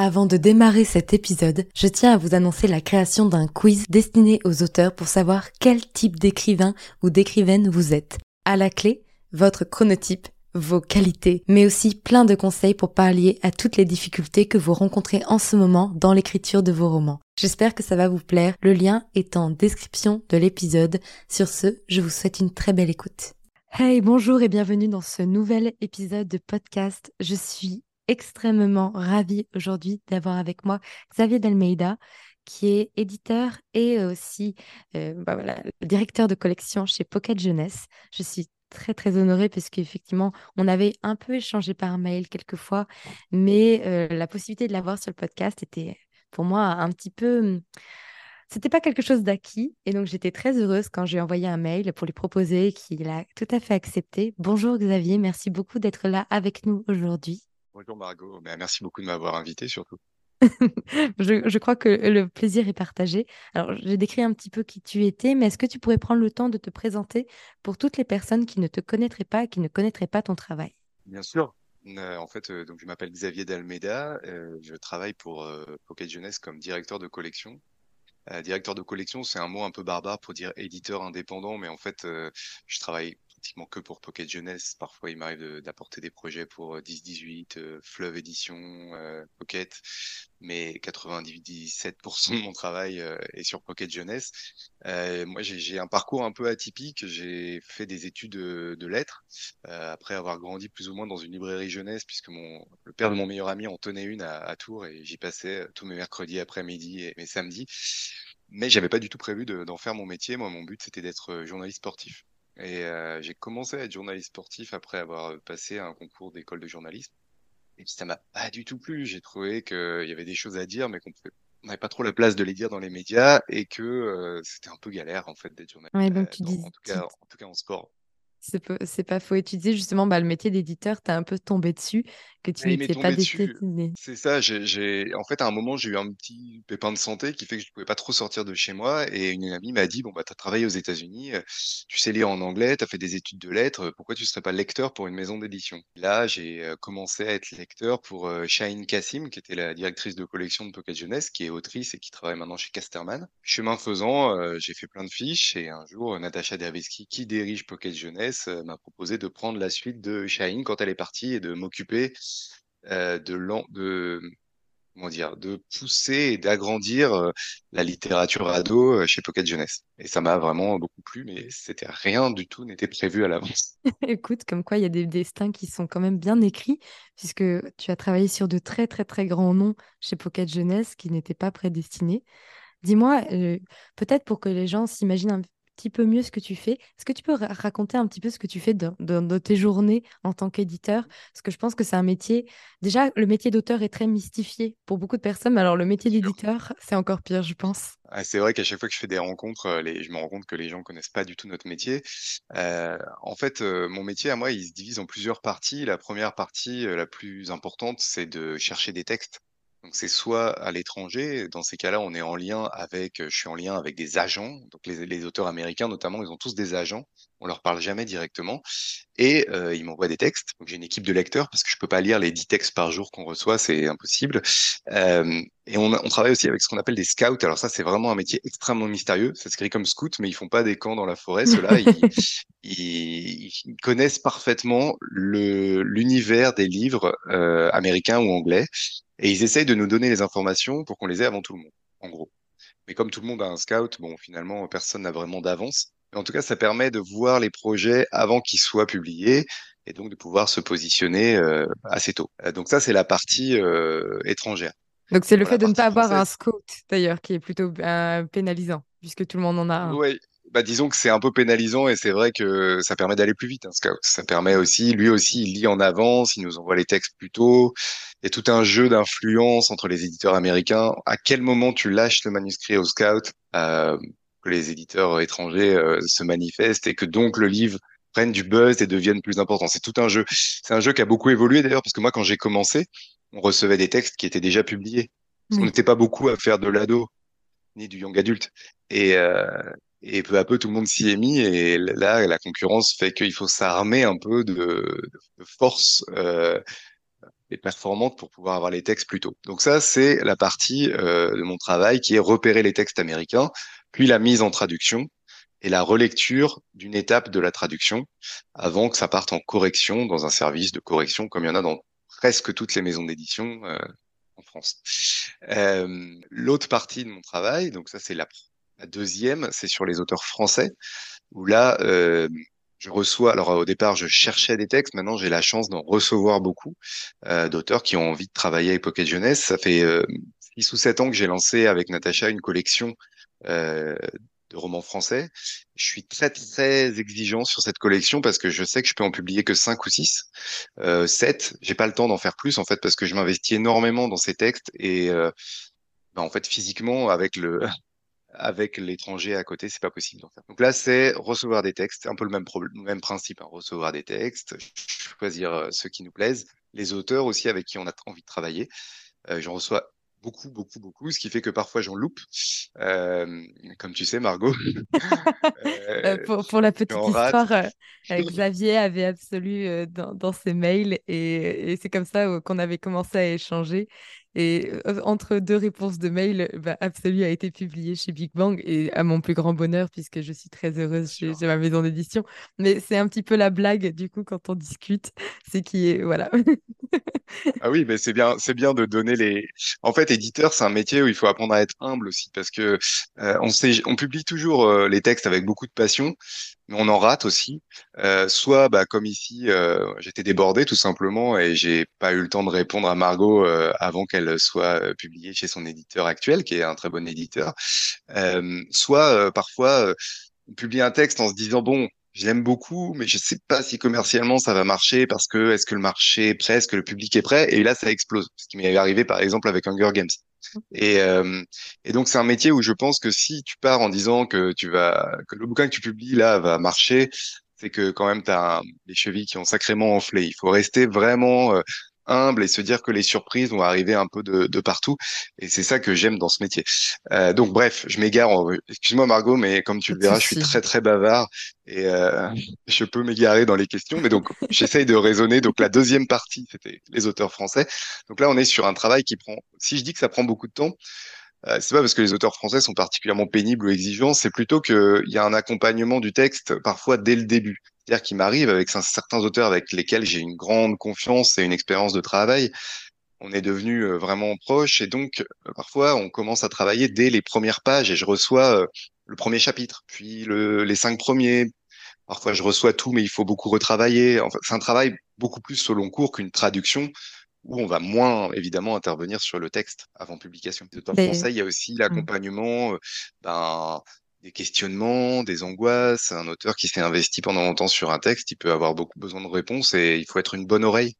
Avant de démarrer cet épisode, je tiens à vous annoncer la création d'un quiz destiné aux auteurs pour savoir quel type d'écrivain ou d'écrivaine vous êtes. À la clé, votre chronotype, vos qualités, mais aussi plein de conseils pour pallier à toutes les difficultés que vous rencontrez en ce moment dans l'écriture de vos romans. J'espère que ça va vous plaire, le lien est en description de l'épisode. Sur ce, je vous souhaite une très belle écoute. Hey, bonjour et bienvenue dans ce nouvel épisode de podcast. Je suis extrêmement ravie aujourd'hui d'avoir avec moi Xavier d'Almeida, qui est éditeur et aussi directeur de collection chez Pocket Jeunesse. Je suis très très honorée parce qu'effectivement, on avait un peu échangé par mail quelquefois, mais la possibilité de l'avoir sur le podcast était pour moi un petit peu... C'était pas quelque chose d'acquis et donc j'étais très heureuse quand j'ai envoyé un mail pour lui proposer qu'il a tout à fait accepté. Bonjour Xavier, merci beaucoup d'être là avec nous aujourd'hui. Bonjour Margot, merci beaucoup de m'avoir invité surtout. Je crois que le plaisir est partagé. Alors, j'ai décrit un petit peu qui tu étais, mais est-ce que tu pourrais prendre le temps de te présenter pour toutes les personnes qui ne te connaîtraient pas et qui ne connaîtraient pas ton travail? Bien sûr. Donc je m'appelle Xavier d'Almeida, je travaille pour Pocket Jeunesse comme directeur de collection. Directeur de collection, c'est un mot un peu barbare pour dire éditeur indépendant, mais en fait, je travaille pratiquement que pour Pocket Jeunesse. Parfois, il m'arrive d'apporter des projets pour 10-18, Fleuve Édition, Pocket, mais 97% de mon travail est sur Pocket Jeunesse. Moi, j'ai un parcours un peu atypique. J'ai fait des études de lettres après avoir grandi plus ou moins dans une librairie jeunesse, puisque le père de mon meilleur ami en tenait une à Tours et j'y passais tous mes mercredis après-midi et mes samedis. Mais j'avais pas du tout prévu d'en faire mon métier. Moi, mon but, c'était d'être journaliste sportif. Et j'ai commencé à être journaliste sportif après avoir passé un concours d'école de journalisme. Et puis ça m'a pas du tout plu. J'ai trouvé qu'il y avait des choses à dire, mais on n'avait pas trop la place de les dire dans les médias et que c'était un peu galère en fait d'être journaliste. Ouais, donc tu En dis, tout cas en sport. c'est pas faux. Et tu disais justement, le métier d'éditeur, t'as un peu tombé dessus, que tu Et il m'est n'étais pas tombé dessus. destiné. C'est ça, en fait, à un moment, j'ai eu un petit pépin de santé qui fait que je pouvais pas trop sortir de chez moi. Et une amie m'a dit, bon, bah, t'as travaillé aux États-Unis, tu sais lire en anglais, t'as fait des études de lettres, pourquoi tu serais pas lecteur pour une maison d'édition? Là, j'ai commencé à être lecteur pour Shahine Kassim, qui était la directrice de collection de Pocket Jeunesse, qui est autrice et qui travaille maintenant chez Casterman. Chemin faisant, j'ai fait plein de fiches et un jour, Natacha Dervesky, qui dirige Pocket Jeunesse, m'a proposé de prendre la suite de Shahine quand elle est partie et de m'occuper de comment dire, de pousser et d'agrandir la littérature ado chez Pocket Jeunesse. Et ça m'a vraiment beaucoup plu, mais c'était rien du tout n'était prévu à l'avance. Écoute, comme quoi il y a des destins qui sont quand même bien écrits, puisque tu as travaillé sur de très très très grands noms chez Pocket Jeunesse qui n'étaient pas prédestinés. Dis-moi, peut-être pour que les gens s'imaginent un petit peu mieux ce que tu fais, est-ce que tu peux raconter un petit peu ce que tu fais dans tes journées en tant qu'éditeur? Parce que je pense que c'est un métier, déjà, le métier d'auteur est très mystifié pour beaucoup de personnes, mais alors le métier Sûr. d'éditeur, c'est encore pire, je pense. C'est vrai qu'à chaque fois que je fais des rencontres, je me rends compte que les gens connaissent pas du tout notre métier. En fait, mon métier à moi, il se divise en plusieurs parties. La première partie, la plus importante, c'est de chercher des textes. Donc c'est soit à l'étranger, dans ces cas-là, je suis en lien avec des agents. Donc les auteurs américains notamment, ils ont tous des agents. On leur parle jamais directement et ils m'envoient des textes. Donc j'ai une équipe de lecteurs parce que je peux pas lire les 10 textes par jour qu'on reçoit, c'est impossible. Et on travaille aussi avec ce qu'on appelle des scouts. Alors ça, c'est vraiment un métier extrêmement mystérieux. Ça s'écrit comme scout, mais ils font pas des camps dans la forêt. Ceux-là, ils connaissent parfaitement l'univers des livres américains ou anglais, et ils essayent de nous donner les informations pour qu'on les ait avant tout le monde, en gros. Mais comme tout le monde a un scout, bon, finalement, personne n'a vraiment d'avance. Mais en tout cas, ça permet de voir les projets avant qu'ils soient publiés et donc de pouvoir se positionner assez tôt. Donc ça, c'est la partie étrangère. Donc c'est le Pour fait la de ne pas partie avoir un française, scout, d'ailleurs, qui est plutôt pénalisant, puisque tout le monde en a un. ouais, bah disons que c'est un peu pénalisant et c'est vrai que ça permet d'aller plus vite, un scout. Ça permet aussi, lui aussi, il lit en avance, il nous envoie les textes plus tôt. Il y a tout un jeu d'influence entre les éditeurs américains. À quel moment tu lâches le manuscrit au scout, que les éditeurs étrangers se manifestent et que donc le livre prenne du buzz et devienne plus important. C'est tout un jeu. C'est un jeu qui a beaucoup évolué d'ailleurs parce que moi, quand j'ai commencé, on recevait des textes qui étaient déjà publiés. Parce qu'on Oui. n'était pas beaucoup à faire de l'ado ni du young adulte. Et, euh, et peu à peu, tout le monde s'y est mis. Et là, la concurrence fait qu'il faut s'armer un peu de force et performante pour pouvoir avoir les textes plus tôt. Donc ça, c'est la partie de mon travail qui est repérer les textes américains, puis la mise en traduction et la relecture d'une étape de la traduction avant que ça parte en correction dans un service de correction comme il y en a dans presque toutes les maisons d'édition en France. L'autre partie de mon travail, donc ça c'est la deuxième, c'est sur les auteurs français où là, je reçois, alors au départ, je cherchais des textes, maintenant j'ai la chance d'en recevoir beaucoup, d'auteurs qui ont envie de travailler avec Pocket Jeunesse. Ça fait 6 ou 7 ans que j'ai lancé avec Natacha une collection euh, de romans français. Je suis très très exigeant sur cette collection parce que je sais que je peux en publier que 5 ou 6. 7, j'ai pas le temps d'en faire plus en fait parce que je m'investis énormément dans ces textes et en fait physiquement avec le avec l'étranger à côté, c'est pas possible d'en faire. Donc là, c'est recevoir des textes, un peu le même problème, même principe, hein, recevoir des textes, choisir ceux qui nous plaisent, les auteurs aussi avec qui on a envie de travailler. J'en reçoix beaucoup, beaucoup, beaucoup, ce qui fait que parfois j'en loupe. Euh, Comme tu sais, Margot, Pour la petite j'en rate. histoire, Xavier avait Absolu dans ses mails et c'est comme ça qu'on avait commencé à échanger. Et entre deux réponses de mail, bah, Absolu a été publié chez Big Bang et à mon plus grand bonheur puisque je suis très Bien heureuse sûr. chez ma maison d'édition. Mais c'est un petit peu la blague du coup quand on discute, c'est qui est voilà. Ah oui, mais c'est bien de donner les. En fait, éditeur, c'est un métier où il faut apprendre à être humble aussi, parce que on publie toujours les textes avec beaucoup de passion, mais on en rate aussi. Soit, bah, comme ici, j'étais débordé tout simplement et j'ai pas eu le temps de répondre à Margot avant qu'elle soit publiée chez son éditeur actuel, qui est un très bon éditeur. Soit, parfois, on publie un texte en se disant, bon, je l'aime beaucoup, mais je sais pas si commercialement ça va marcher parce que est-ce que le marché est prêt, est-ce que le public est prêt? Et là, ça explose. Ce qui m'est arrivé, par exemple, avec Hunger Games. Et, euh, et donc, c'est un métier où je pense que si tu pars en disant que le bouquin que tu publies là va marcher, c'est que quand même, tu as les chevilles qui ont sacrément enflé. Il faut rester vraiment humble et se dire que les surprises vont arriver un peu de partout. Et c'est ça que j'aime dans ce métier. Donc, bref, je m'égare. Excuse-moi, Margot, mais comme tu Pas le de verras, je suis souci. très, très bavard et je peux m'égarer dans les questions. Mais donc, j'essaye de raisonner. Donc, la deuxième partie, c'était les auteurs français. Donc là, on est sur un travail qui prend, si je dis que ça prend beaucoup de temps, c'est pas parce que les auteurs français sont particulièrement pénibles ou exigeants, c'est plutôt qu'il y a un accompagnement du texte parfois dès le début. C'est-à-dire qu'il m'arrive avec certains auteurs avec lesquels j'ai une grande confiance et une expérience de travail, on est devenus vraiment proches et donc parfois on commence à travailler dès les premières pages et je reçois le premier chapitre, puis les 5 premiers. Parfois je reçois tout, mais il faut beaucoup retravailler. Enfin, c'est un travail beaucoup plus au long cours qu'une traduction où on va moins évidemment intervenir sur le texte avant publication. Les auteurs Mais français, il y a aussi hmm. l'accompagnement ben, des questionnements, des angoisses. Un auteur qui s'est investi pendant longtemps sur un texte, il peut avoir beaucoup besoin de réponses et il faut être une bonne oreille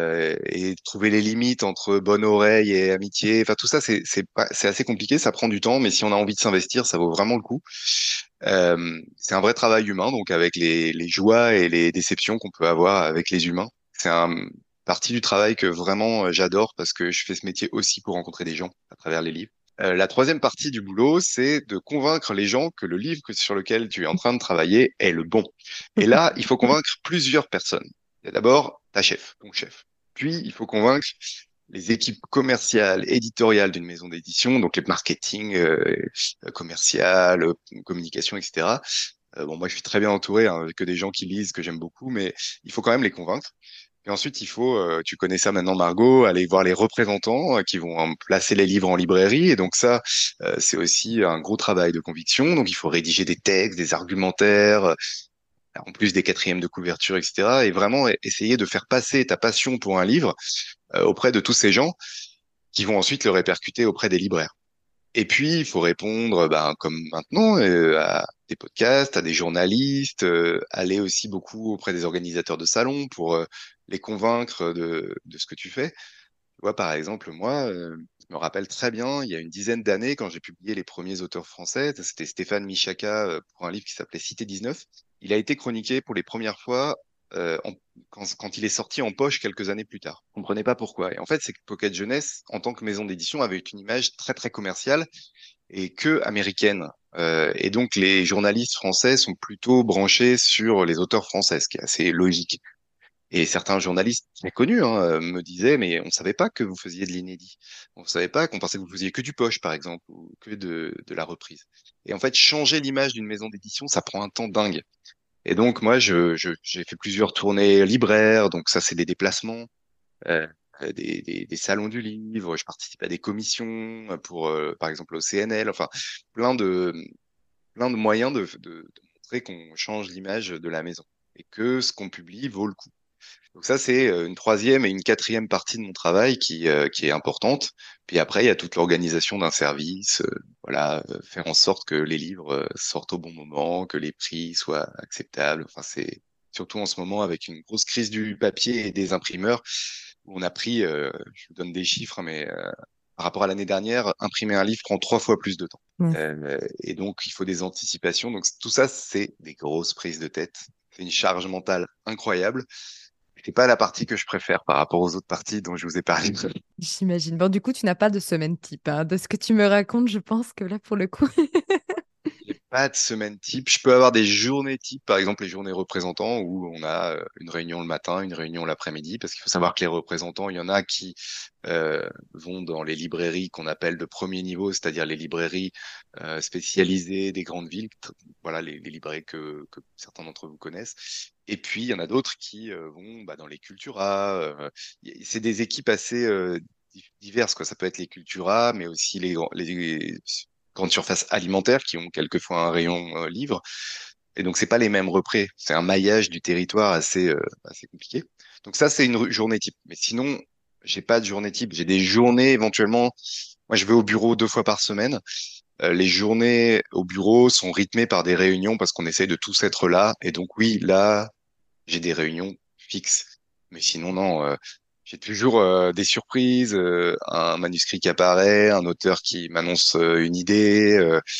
et trouver les limites entre bonne oreille et amitié. Enfin, tout ça, c'est assez compliqué, ça prend du temps, mais si on a envie de s'investir, ça vaut vraiment le coup. C'est un vrai travail humain, donc avec les joies et les déceptions qu'on peut avoir avec les humains. C'est un partie du travail que vraiment j'adore parce que je fais ce métier aussi pour rencontrer des gens à travers les livres. La troisième partie du boulot, c'est de convaincre les gens que le livre sur lequel tu es en train de travailler est le bon. Et là, il faut convaincre plusieurs personnes. Il y a d'abord ta chef, ton chef. Puis, il faut convaincre les équipes commerciales, éditoriales d'une maison d'édition, donc les marketing, commercial, communication, etc. Bon, moi, je suis très bien entouré, hein, que des gens qui lisent, que j'aime beaucoup, mais il faut quand même les convaincre. Et ensuite, il faut, tu connais ça maintenant, Margot, aller voir les représentants qui vont placer les livres en librairie. Et donc ça, c'est aussi un gros travail de conviction. Donc il faut rédiger des textes, des argumentaires, en plus des quatrièmes de couverture, etc. Et vraiment essayer de faire passer ta passion pour un livre auprès de tous ces gens qui vont ensuite le répercuter auprès des libraires. Et puis, il faut répondre, ben, comme maintenant, à des podcasts, à des journalistes, aller aussi beaucoup auprès des organisateurs de salons pour les convaincre de ce que tu fais. Tu vois, par exemple, moi, je me rappelle très bien, il y a une dizaine d'années, quand j'ai publié les premiers auteurs français, c'était Stéphane Michaka pour un livre qui s'appelait Cité 19. Il a été chroniqué pour les premières fois quand il est sorti en poche quelques années plus tard. Je comprenais pas pourquoi. Et en fait, c'est que Pocket Jeunesse, en tant que maison d'édition, avait une image très très commerciale et que américaine. Et donc les journalistes français sont plutôt branchés sur les auteurs français, ce qui est assez logique. Et certains journalistes très connus me disaient, mais on savait pas que vous faisiez de l'inédit. On savait pas qu'on pensait que vous faisiez que du poche, par exemple, ou que de la reprise. Et en fait, changer l'image d'une maison d'édition, ça prend un temps dingue. Et donc, moi, j'ai fait plusieurs tournées libraires, donc ça, c'est des déplacements, euh, des salons du livre, je participe à des commissions pour, par exemple, au CNL, enfin, plein de, plein de moyens de montrer qu'on change l'image de la maison et que ce qu'on publie vaut le coup. Donc ça, c'est une troisième et une quatrième partie de mon travail qui est importante. Puis après, il y a toute l'organisation d'un service, voilà, faire en sorte que les livres sortent au bon moment, que les prix soient acceptables. Enfin, c'est surtout en ce moment avec une grosse crise du papier et des imprimeurs où on a pris, je vous donne des chiffres, mais par rapport à l'année dernière, imprimer un livre prend 3 fois plus de temps. Ouais. Et donc, il faut des anticipations. Donc, tout ça, c'est des grosses prises de tête. C'est une charge mentale incroyable. C'est pas la partie que je préfère par rapport aux autres parties dont je vous ai parlé. J'imagine. Bon, du coup, tu n'as pas de semaine type, hein. De ce que tu me racontes, je pense que là, pour le coup. J'ai pas de semaine type. Je peux avoir des journées type, par exemple les journées représentants où on a une réunion le matin, une réunion l'après-midi, parce qu'il faut savoir que les représentants, il y en a qui vont dans les librairies qu'on appelle de premier niveau, c'est-à-dire les librairies spécialisées des grandes villes, voilà les librairies que certains d'entre vous connaissent. Et puis il y en a d'autres qui vont dans les Cultura. C'est des équipes assez diverses, quoi. Ça peut être les Cultura, mais aussi les grandes surfaces alimentaires qui ont quelquefois un rayon livre. Et donc, c'est pas les mêmes représ. C'est un maillage du territoire assez compliqué. Donc ça, c'est une journée type. Mais sinon, j'ai pas de journée type. J'ai des journées éventuellement. Moi, je vais au bureau 2 fois par semaine. Les journées au bureau sont rythmées par des réunions parce qu'on essaye de tous être là. Et donc, oui, là, j'ai des réunions fixes. Mais sinon, non. J'ai toujours des surprises, un manuscrit qui apparaît, un auteur qui m'annonce une idée.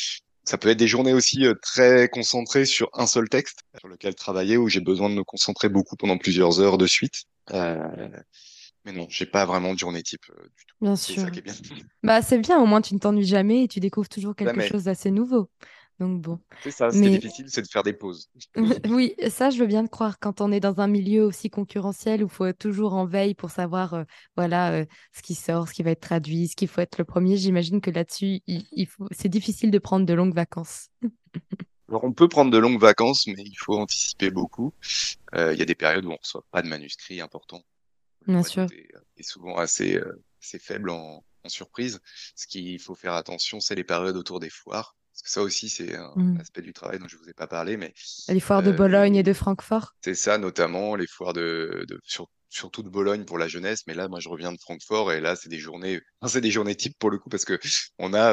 Ça peut être des journées aussi très concentrées sur un seul texte sur lequel travailler, où j'ai besoin de me concentrer beaucoup pendant plusieurs heures de suite. Euh, mais non, j'ai pas vraiment de journée type du tout. Bien C'est ça sûr. qui est bien. Bah, c'est bien, au moins tu ne t'ennuies jamais et tu découvres toujours quelque Jamais. chose d'assez nouveau. Donc bon. C'est ça. Ce qui est Mais difficile, c'est de faire des pauses. oui, ça, je veux bien te croire quand on est dans un milieu aussi concurrentiel où il faut être toujours en veille pour savoir voilà, ce qui sort, ce qui va être traduit, ce qu'il faut être le premier. J'imagine que là-dessus, c'est difficile de prendre de longues vacances. Alors, on peut prendre de longues vacances, mais il faut anticiper beaucoup. Il y a des périodes où on reçoit pas de manuscrits importants. Le Bien mois d'août sûr. est souvent assez faible en surprise. Ce qu'il faut faire attention, c'est les périodes autour des foires. Parce que ça aussi, c'est un Mm. aspect du travail dont je vous ai pas parlé, mais Les foires de euh, Bologne et de Francfort. c'est ça notamment, les foires surtout de Bologne pour la jeunesse. Mais là, moi, je reviens de Francfort et là, c'est des journées, enfin, c'est des journées types pour le coup parce que on a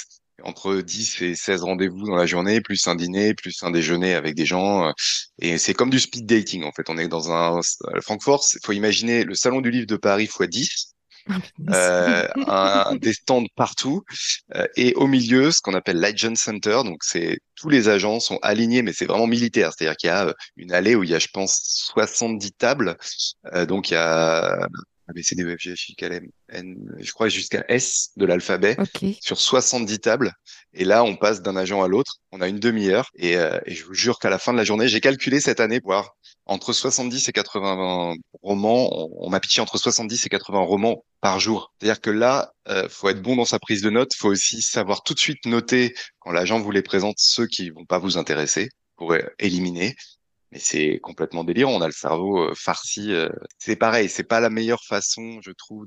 entre 10 et 16 rendez-vous dans la journée, plus un dîner, plus un déjeuner avec des gens. Et c'est comme du speed dating, en fait. On est dans Francfort, faut imaginer le salon du livre de Paris fois 10, Ah, punaise. des stands partout, et au milieu, ce qu'on appelle l'Agent Center. Donc, c'est tous les agents sont alignés, mais c'est vraiment militaire. C'est-à-dire qu'il y a une allée où il y a, je pense, 70 tables. Donc, il y a A, B, C, D, E, F, G, H, I, K, L, M, N, je crois jusqu'à S de l'alphabet Ok. sur 70 tables. Et là, on passe d'un agent à l'autre. On a une demi-heure. Et je vous jure qu'à la fin de la journée, j'ai calculé cette année, voir entre 70 et 80 romans. On m'a pitché entre 70 et 80 romans par jour. C'est-à-dire que là, faut être bon dans sa prise de notes. Faut aussi savoir tout de suite noter quand l'agent vous les présente ceux qui vont pas vous intéresser pour éliminer. Mais c'est complètement délirant. On a le cerveau farci. C'est pareil. C'est pas la meilleure façon, je trouve,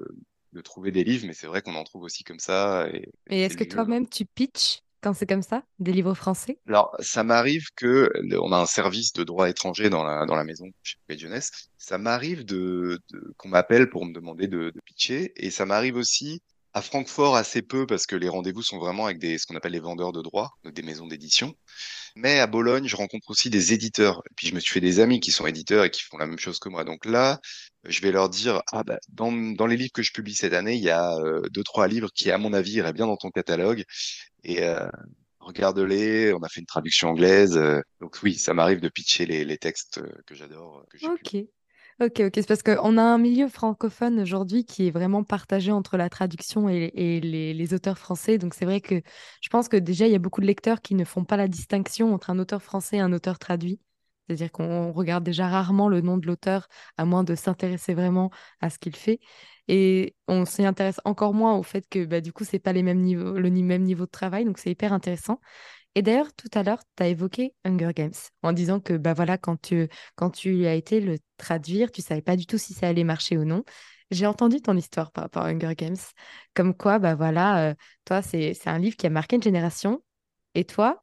de trouver des livres, mais c'est vrai qu'on en trouve aussi comme ça. Et Et c'est est-ce que le jeu. toi-même, tu pitches quand c'est comme ça, des livres français? Alors, ça m'arrive que on a un service de droit étranger dans la maison chez Page Jeunesse. Ça m'arrive qu'on m'appelle pour me demander de pitcher, et ça m'arrive aussi à Francfort assez peu parce que les rendez-vous sont vraiment avec ce qu'on appelle les vendeurs de droit, donc des maisons d'édition. Mais à Bologne, je rencontre aussi des éditeurs. Et puis je me suis fait des amis qui sont éditeurs et qui font la même chose que moi. Donc là, je vais leur dire, ah bah, dans les livres que je publie cette année, il y a deux, trois livres qui, à mon avis, iraient bien dans ton catalogue. Et regarde-les, on a fait une traduction anglaise. Donc oui, ça m'arrive de pitcher les textes que j'adore, que j'ai Ok. publiés. Ok, ok. C'est parce qu'on a un milieu francophone aujourd'hui qui est vraiment partagé entre la traduction et les auteurs français. Donc c'est vrai que je pense que déjà, il y a beaucoup de lecteurs qui ne font pas la distinction entre un auteur français et un auteur traduit. C'est-à-dire qu'on regarde déjà rarement le nom de l'auteur, à moins de s'intéresser vraiment à ce qu'il fait. Et on s'y intéresse encore moins au fait que bah, du coup, c'est pas les mêmes niveaux, même niveau de travail, donc c'est hyper intéressant. Et d'ailleurs, tout à l'heure, tu as évoqué Hunger Games en disant que bah voilà, quand tu as été le traduire, tu savais pas du tout si ça allait marcher ou non. J'ai entendu ton histoire par rapport à Hunger Games, comme quoi bah voilà, toi c'est un livre qui a marqué une génération, et toi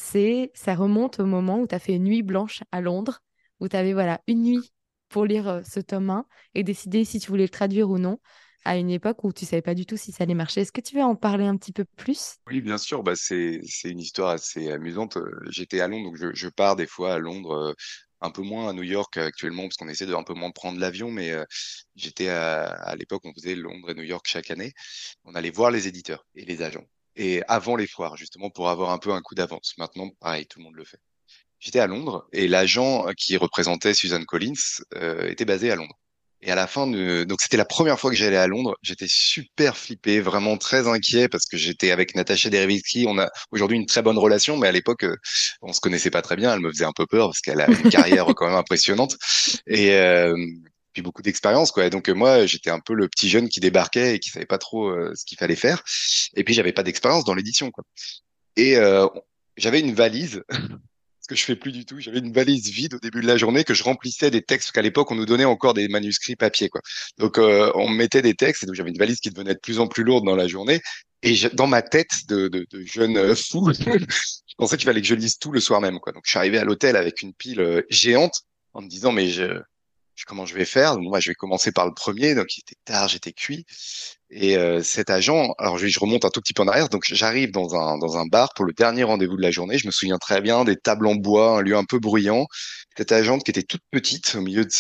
ça remonte au moment où tu as fait une nuit blanche à Londres, où tu avais voilà une nuit pour lire ce tome 1 et décider si tu voulais le traduire ou non, à une époque où tu savais pas du tout si ça allait marcher. Est-ce que tu veux en parler un petit peu plus? Oui, bien sûr, bah c'est une histoire assez amusante. J'étais à Londres, donc je pars des fois à Londres, un peu moins à New York actuellement, parce qu'on essaie de un peu moins prendre l'avion, mais j'étais à l'époque, on faisait Londres et New York chaque année. On allait voir les éditeurs et les agents. Et avant les foires, justement, pour avoir un peu un coup d'avance. Maintenant, pareil, tout le monde le fait. J'étais à Londres et l'agent qui représentait Susan Collins était basé à Londres. Et à la fin de... Donc c'était la première fois que j'allais à Londres. J'étais super flippé, vraiment très inquiet parce que j'étais avec Natacha Derevitsky. On a aujourd'hui une très bonne relation, mais à l'époque, on se connaissait pas très bien. Elle me faisait un peu peur parce qu'elle a une carrière quand même impressionnante et puis beaucoup d'expérience, quoi. Et donc moi, j'étais un peu le petit jeune qui débarquait et qui savait pas trop ce qu'il fallait faire. Et puis j'avais pas d'expérience dans l'édition, quoi. Et j'avais une valise ce que je fais plus du tout. J'avais une valise vide au début de la journée que je remplissais des textes, parce qu'à l'époque, on nous donnait encore des manuscrits papier, quoi. Donc, on mettait des textes, et donc j'avais une valise qui devenait de plus en plus lourde dans la journée. Et dans ma tête de jeune fou, je pensais qu'il fallait que je lise tout le soir même, quoi. Donc, je suis arrivé à l'hôtel avec une pile géante en me disant, mais comment je vais faire? Donc, moi, je vais commencer par le premier. Donc, il était tard, j'étais cuit. Et cet agent, alors je remonte un tout petit peu en arrière, donc j'arrive dans un bar pour le dernier rendez-vous de la journée. Je me souviens très bien des tables en bois, un lieu un peu bruyant. Cette agente qui était toute petite au milieu de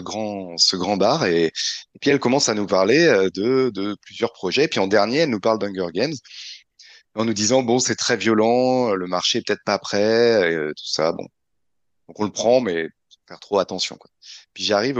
ce grand bar, et puis elle commence à nous parler de plusieurs projets. Et puis en dernier, elle nous parle d'Hunger Games en nous disant bon, c'est très violent, le marché est peut-être pas prêt, tout ça. Bon, donc on le prend, mais faut faire trop attention, quoi. Puis j'arrive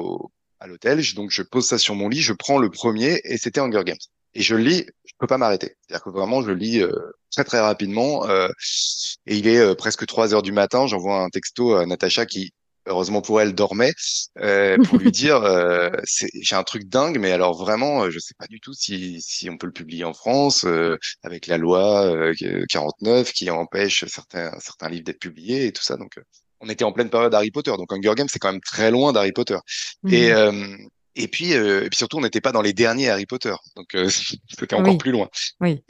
à l'hôtel, donc je pose ça sur mon lit, je prends le premier et c'était Hunger Games. Et je le lis, je peux pas m'arrêter. C'est-à-dire que vraiment, je le lis très très rapidement. Et il est presque 3 heures du matin. J'envoie un texto à Natacha qui, heureusement pour elle, dormait pour lui dire j'ai un truc dingue, mais alors vraiment, je sais pas du tout si on peut le publier en France avec la loi 49 qui empêche certains livres d'être publiés et tout ça. Donc on était en pleine période Harry Potter, donc Hunger Games c'est quand même très loin d'Harry Potter. Et Mhm. et puis surtout on n'était pas dans les derniers Harry Potter, donc c'était encore Oui, plus loin. oui.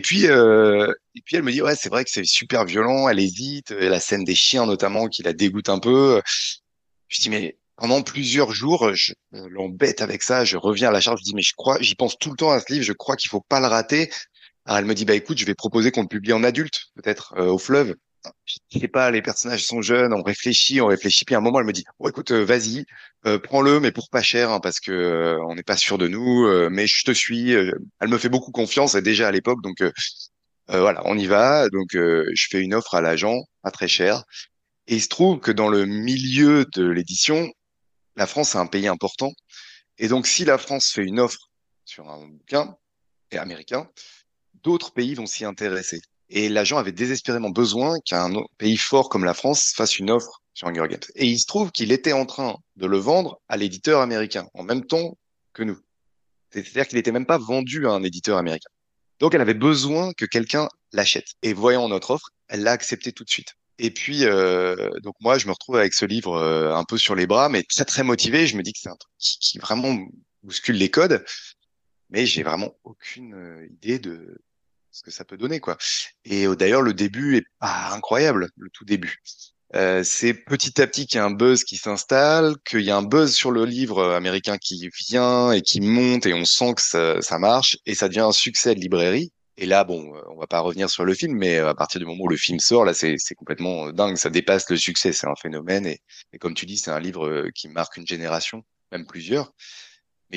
Et puis elle me dit ouais c'est vrai que c'est super violent, elle hésite, et la scène des chiens notamment qui la dégoûte un peu. Je dis mais pendant plusieurs jours je l'embête avec ça, je reviens à la charge, je dis mais je crois, j'y pense tout le temps à ce livre, je crois qu'il faut pas le rater. Alors elle me dit bah écoute je vais proposer qu'on le publie en adulte peut-être au fleuve. Je sais pas, les personnages sont jeunes, on réfléchit, puis à un moment elle me dit bon écoute vas-y, prends-le mais pour pas cher hein, parce que on n'est pas sûr de nous, mais je te suis. Elle me fait beaucoup confiance et déjà à l'époque donc voilà on y va, donc je fais une offre à l'agent pas très cher et il se trouve que dans le milieu de l'édition, la France est un pays important et donc si la France fait une offre sur un bouquin et américain, d'autres pays vont s'y intéresser. Et l'agent avait désespérément besoin qu'un pays fort comme la France fasse une offre sur Hunger Games. Et il se trouve qu'il était en train de le vendre à l'éditeur américain en même temps que nous. C'est-à-dire qu'il n'était même pas vendu à un éditeur américain. Donc elle avait besoin que quelqu'un l'achète. Et voyant notre offre, elle l'a accepté tout de suite. Et puis, donc moi, je me retrouve avec ce livre un peu sur les bras, mais très très motivé. Je me dis que c'est un truc qui vraiment bouscule les codes, mais j'ai vraiment aucune idée de ce que ça peut donner, quoi. Et d'ailleurs, le début est pas incroyable, le tout début. C'est petit à petit qu'il y a un buzz qui s'installe, qu'il y a un buzz sur le livre américain qui vient et qui monte, et on sent que ça marche, et ça devient un succès de librairie. Et là, bon, on va pas revenir sur le film, mais à partir du moment où le film sort, là, c'est complètement dingue. Ça dépasse le succès, c'est un phénomène. Et comme tu dis, c'est un livre qui marque une génération, même plusieurs. Mais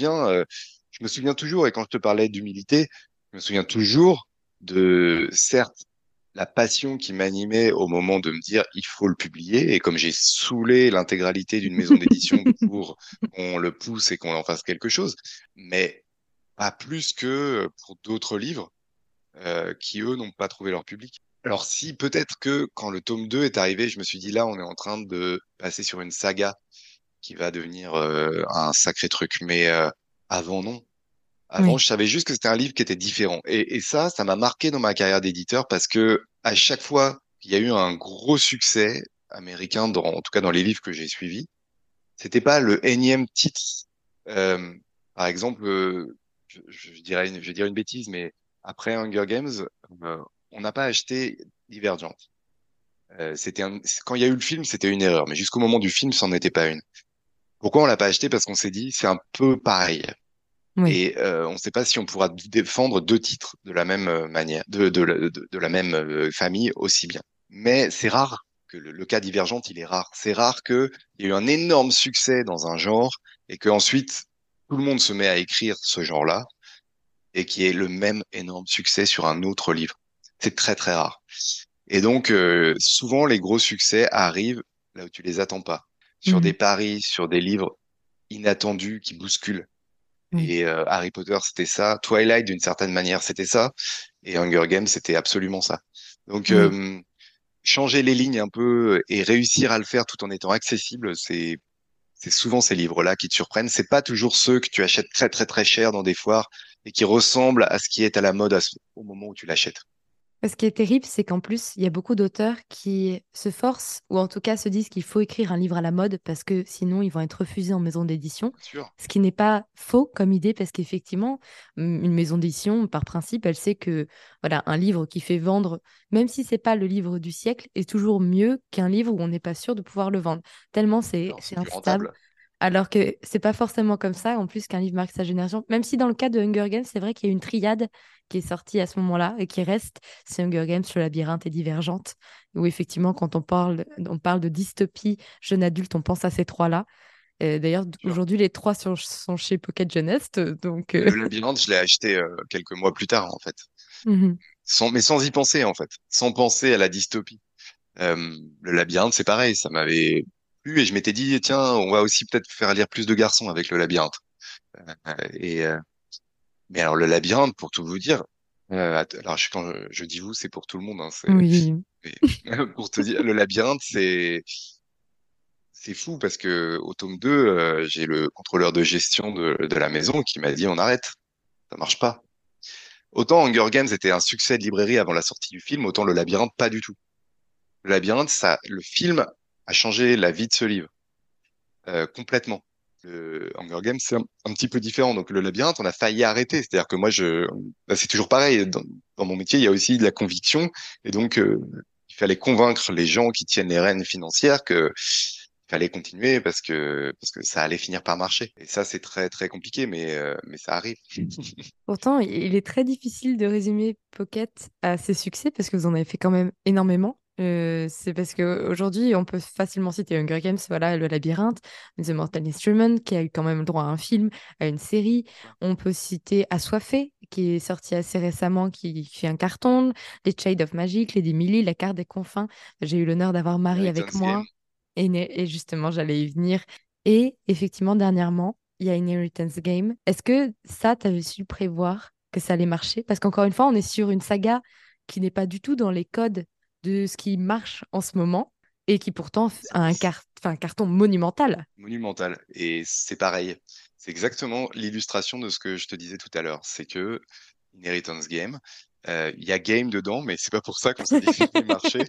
je me souviens toujours, et quand je te parlais d'humilité, je me souviens toujours de, certes, la passion qui m'animait au moment de me dire il faut le publier. Et comme j'ai saoulé l'intégralité d'une maison d'édition pour qu'on le pousse et qu'on en fasse quelque chose, mais pas plus que pour d'autres livres qui, eux, n'ont pas trouvé leur public. Alors si, peut-être que quand le tome 2 est arrivé, je me suis dit là, on est en train de passer sur une saga qui va devenir un sacré truc. Mais avant, non. Avant, Oui, je savais juste que c'était un livre qui était différent. Et ça m'a marqué dans ma carrière d'éditeur parce que à chaque fois qu'il y a eu un gros succès américain, en tout cas dans les livres que j'ai suivis, c'était pas le énième titre. Euh, Par exemple, je dirais une bêtise, mais après Hunger Games, euh, on n'a pas acheté Divergent. Quand il y a eu le film, c'était une erreur, mais jusqu'au moment du film, ça n'en était pas une. Pourquoi on l'a pas acheté? Parce qu'on s'est dit, c'est un peu pareil. oui. Et on ne sait pas si on pourra défendre deux titres de la même manière, de la même famille aussi bien. Mais c'est rare que le cas Divergente, il est rare. C'est rare qu'il y ait eu un énorme succès dans un genre et qu'ensuite tout le monde se met à écrire ce genre-là et qu'il y ait le même énorme succès sur un autre livre. C'est très très rare. Et donc souvent les gros succès arrivent là où tu les attends pas, sur des Mhm. paris, sur des livres inattendus qui bousculent. Oui. Et Harry Potter, c'était ça. Twilight, d'une certaine manière, c'était ça. Et Hunger Games, c'était absolument ça. Donc, Oui. changer les lignes un peu et réussir à le faire tout en étant accessible, c'est souvent ces livres-là qui te surprennent. C'est pas toujours ceux que tu achètes très, très, très cher dans des foires et qui ressemblent à ce qui est à la mode au moment où tu l'achètes. Ce qui est terrible, c'est qu'en plus, il y a beaucoup d'auteurs qui se forcent, ou en tout cas se disent qu'il faut écrire un livre à la mode parce que sinon ils vont être refusés en maison d'édition. Bien sûr. Ce qui n'est pas faux comme idée parce qu'effectivement, une maison d'édition, par principe, elle sait que voilà, un livre qui fait vendre, même si c'est pas le livre du siècle, est toujours mieux qu'un livre où on n'est pas sûr de pouvoir le vendre. Tellement c'est Non, c'est c'est plus instable. rentable. Alors que c'est pas forcément comme ça, en plus qu'un livre marque sa génération. Même si dans le cas de Hunger Games, c'est vrai qu'il y a une triade qui est sortie à ce moment-là et qui reste, c'est Hunger Games, Le Labyrinthe et Divergente, où effectivement, quand on parle de dystopie jeune adulte, on pense à ces trois-là. D'ailleurs, Bien sûr. aujourd'hui, les trois sont chez Pocket Jeunesse, donc Le labyrinthe, je l'ai acheté quelques mois plus tard, en fait. mhm. Mais sans y penser, en fait. Sans penser à la dystopie. Le labyrinthe, c'est pareil, ça m'avait plu et je m'étais dit, tiens, on va aussi peut-être faire lire plus de garçons avec le labyrinthe. Et mais alors le labyrinthe, pour tout vous dire, alors quand je dis vous, c'est pour tout le monde, hein, Oui, pour te dire, le labyrinthe, c'est fou parce que au tome 2, j'ai le contrôleur de gestion de la maison qui m'a dit, on arrête, ça marche pas. Autant Hunger Games était un succès de librairie avant la sortie du film, autant le labyrinthe, pas du tout. Le labyrinthe, le film a changé la vie de ce livre. Complètement. Le Hunger Games, c'est un petit peu différent. Donc, le labyrinthe, on a failli arrêter. C'est-à-dire que moi, bah, c'est toujours pareil. Dans mon métier, il y a aussi de la conviction. Et donc, il fallait convaincre les gens qui tiennent les rênes financières que il fallait continuer parce que ça allait finir par marcher. Et ça, c'est très, très compliqué, mais ça arrive. pourtant, il est très difficile de résumer Pocket à ses succès parce que vous en avez fait quand même énormément. C'est parce qu'aujourd'hui, on peut facilement citer Hunger Games, voilà, Le Labyrinthe, The Mortal Instrument, qui a eu quand même le droit à un film, à une série. On peut citer Assoiffé, qui est sorti assez récemment, qui fait un carton, Les Shades of Magic, Lady Millie, La Carte des Confins. J'ai eu l'honneur d'avoir Marie avec Inheritance moi. Game. Et justement, j'allais y venir. Et effectivement, dernièrement, il y a Inheritance Game. Est-ce que ça, tu avais su prévoir que ça allait marcher? Parce qu'encore une fois, on est sur une saga qui n'est pas du tout dans les codes de ce qui marche en ce moment et qui pourtant a enfin, un carton monumental. Monumental. Et c'est pareil. C'est exactement l'illustration de ce que je te disais tout à l'heure. C'est que Inheritance Game, il y a game dedans, mais c'est pas pour ça qu'on s'est dit que c'était marché.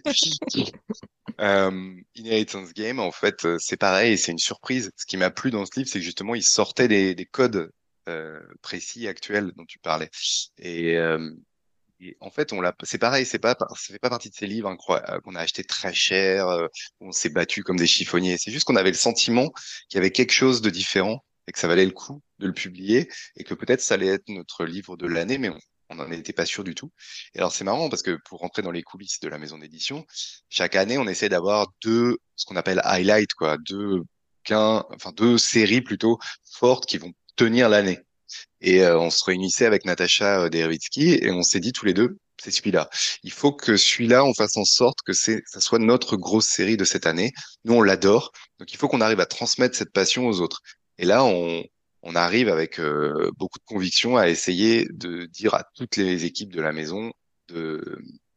Inheritance Game, en fait, c'est pareil, et c'est une surprise. Ce qui m'a plu dans ce livre, c'est que justement, il sortait des codes précis, actuels dont tu parlais. Et, euh, et en fait, c'est pareil, ça fait pas partie de ces livres incroyables qu'on a acheté très cher, où on s'est battu comme des chiffonniers. C'est juste qu'on avait le sentiment qu'il y avait quelque chose de différent et que ça valait le coup de le publier et que peut-être ça allait être notre livre de l'année, mais on n'en était pas sûr du tout. Et alors c'est marrant parce que pour rentrer dans les coulisses de la maison d'édition, chaque année on essaie d'avoir ce qu'on appelle highlight, quoi, deux séries plutôt fortes qui vont tenir l'année. Et on se réunissait avec Natacha Derevitsky et on s'est dit tous les deux, c'est celui-là. Il faut que celui-là, on fasse en sorte que ça soit notre grosse série de cette année. Nous, on l'adore. Donc, il faut qu'on arrive à transmettre cette passion aux autres. Et là, on arrive avec beaucoup de conviction à essayer de dire à toutes les équipes de la maison de,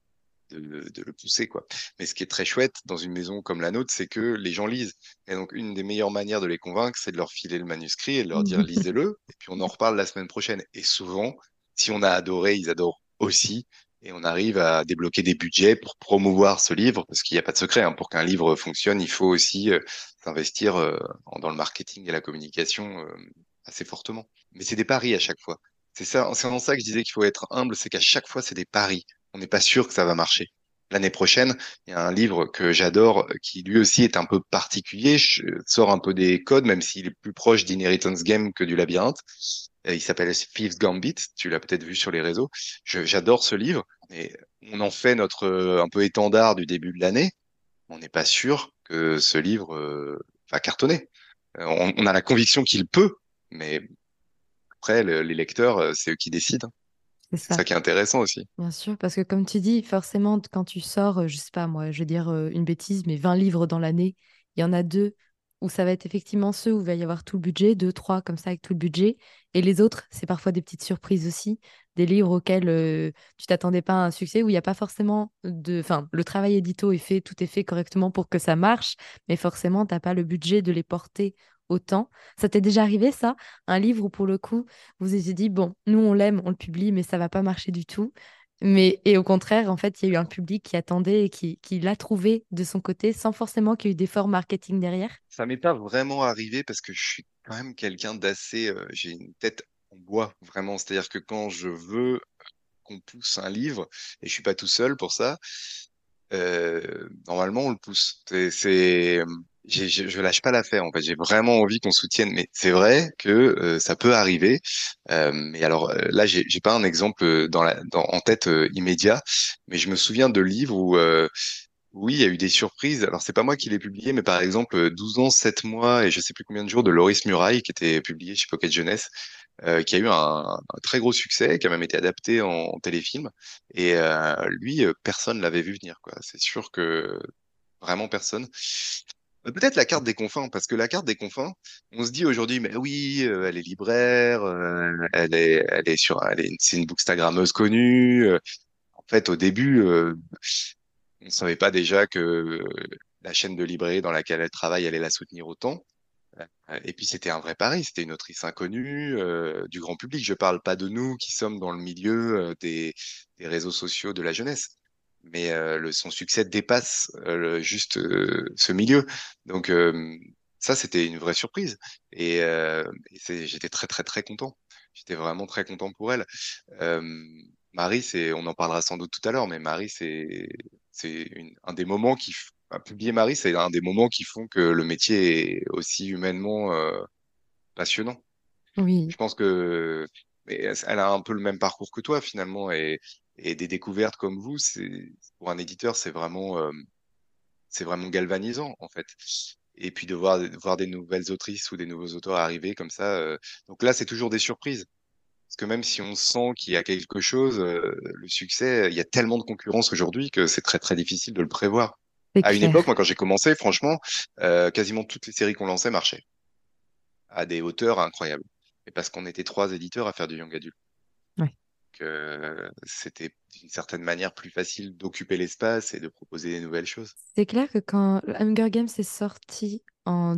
de le pousser, quoi. Mais ce qui est très chouette dans une maison comme la nôtre, c'est que les gens lisent. Et donc, une des meilleures manières de les convaincre, c'est de leur filer le manuscrit et de leur dire lisez-le, et puis on en reparle la semaine prochaine. Et souvent, si on a adoré, ils adorent aussi. Et on arrive à débloquer des budgets pour promouvoir ce livre, parce qu'il n'y a pas de secret, hein. Pour qu'un livre fonctionne, il faut aussi s'investir dans le marketing et la communication assez fortement. Mais c'est des paris à chaque fois. C'est ça, c'est en ça que je disais qu'il faut être humble, c'est qu'à chaque fois, c'est des paris. On n'est pas sûr que ça va marcher. L'année prochaine, il y a un livre que j'adore, qui lui aussi est un peu particulier, sort un peu des codes, même s'il est plus proche d'Inheritance Game que du Labyrinthe. Il s'appelle Thief's Gambit, tu l'as peut-être vu sur les réseaux. J'adore ce livre, mais on en fait notre un peu étendard du début de l'année. On n'est pas sûr que ce livre va cartonner. On a la conviction qu'il peut, mais après, les lecteurs, c'est eux qui décident, hein. C'est C'est ça. ça qui est intéressant aussi. Bien sûr, parce que comme tu dis, forcément, quand tu sors, je sais pas moi, je vais dire une bêtise, mais 20 livres dans l'année, il y en a deux où ça va être effectivement ceux où il va y avoir tout le budget, deux, trois comme ça avec tout le budget. Et les autres, c'est parfois des petites surprises aussi, des livres auxquels tu t'attendais pas à un succès, où il n'y a pas forcément de... Enfin, le travail édito est fait, tout est fait correctement pour que ça marche, mais forcément, t'as pas le budget de les porter autant. Ça t'est déjà arrivé, ça? Un livre où pour le coup, vous vous étiez dit, bon, nous on l'aime, on le publie, mais ça va pas marcher du tout. Mais, et au contraire, en fait, il y a eu un public qui attendait et qui l'a trouvé de son côté sans forcément qu'il y ait eu d'efforts marketing derrière. Ça m'est pas vraiment arrivé parce que je suis quand même quelqu'un d'assez, j'ai une tête en bois, vraiment. C'est-à-dire que quand je veux qu'on pousse un livre, et je suis pas tout seul pour ça, normalement on le pousse. Je lâche pas l'affaire en fait. J'ai vraiment envie qu'on soutienne, mais c'est vrai que ça peut arriver. Mais alors là, j'ai pas un exemple en tête immédiat, mais je me souviens de livres où oui, il y a eu des surprises. Alors, c'est pas moi qui l'ai publié, mais par exemple, 12 ans, 7 mois et je sais plus combien de jours de Loris Murail, qui était publié chez Pocket Jeunesse, qui a eu un très gros succès, qui a même été adapté en téléfilm. Et lui, personne l'avait vu venir, quoi. C'est sûr que vraiment personne. Peut-être la carte des confins, parce que la carte des confins, on se dit aujourd'hui, mais oui, elle est libraire, c'est une bookstagrammeuse connue. En fait, au début, on ne savait pas déjà que la chaîne de librairie dans laquelle elle travaille allait la soutenir autant. Et puis c'était un vrai pari, c'était une autrice inconnue du grand public. Je parle pas de nous qui sommes dans le milieu des réseaux sociaux de la jeunesse, mais son succès dépasse juste ce milieu. Donc ça, c'était une vraie surprise. J'étais très très très content. J'étais vraiment très content pour elle. Euh, Marie, on en parlera sans doute tout à l'heure, mais Marie, un des moments publier Marie, c'est un des moments qui font que le métier est aussi humainement passionnant. Oui, Je pense que mais elle a un peu le même parcours que toi finalement, et des découvertes comme vous, pour un éditeur, c'est vraiment galvanisant en fait. Et puis de voir des nouvelles autrices ou des nouveaux auteurs arriver comme ça. Donc là, c'est toujours des surprises. Parce que même si on sent qu'il y a quelque chose, le succès, il y a tellement de concurrence aujourd'hui que c'est très très difficile de le prévoir. c'est À une époque, clair. moi, quand j'ai commencé, franchement, quasiment toutes les séries qu'on lançait marchaient à des hauteurs incroyables. Et parce qu'on était trois éditeurs à faire du young adult. Ouais. C'était d'une certaine manière plus facile d'occuper l'espace et de proposer des nouvelles choses. C'est clair que quand Hunger Games est sorti en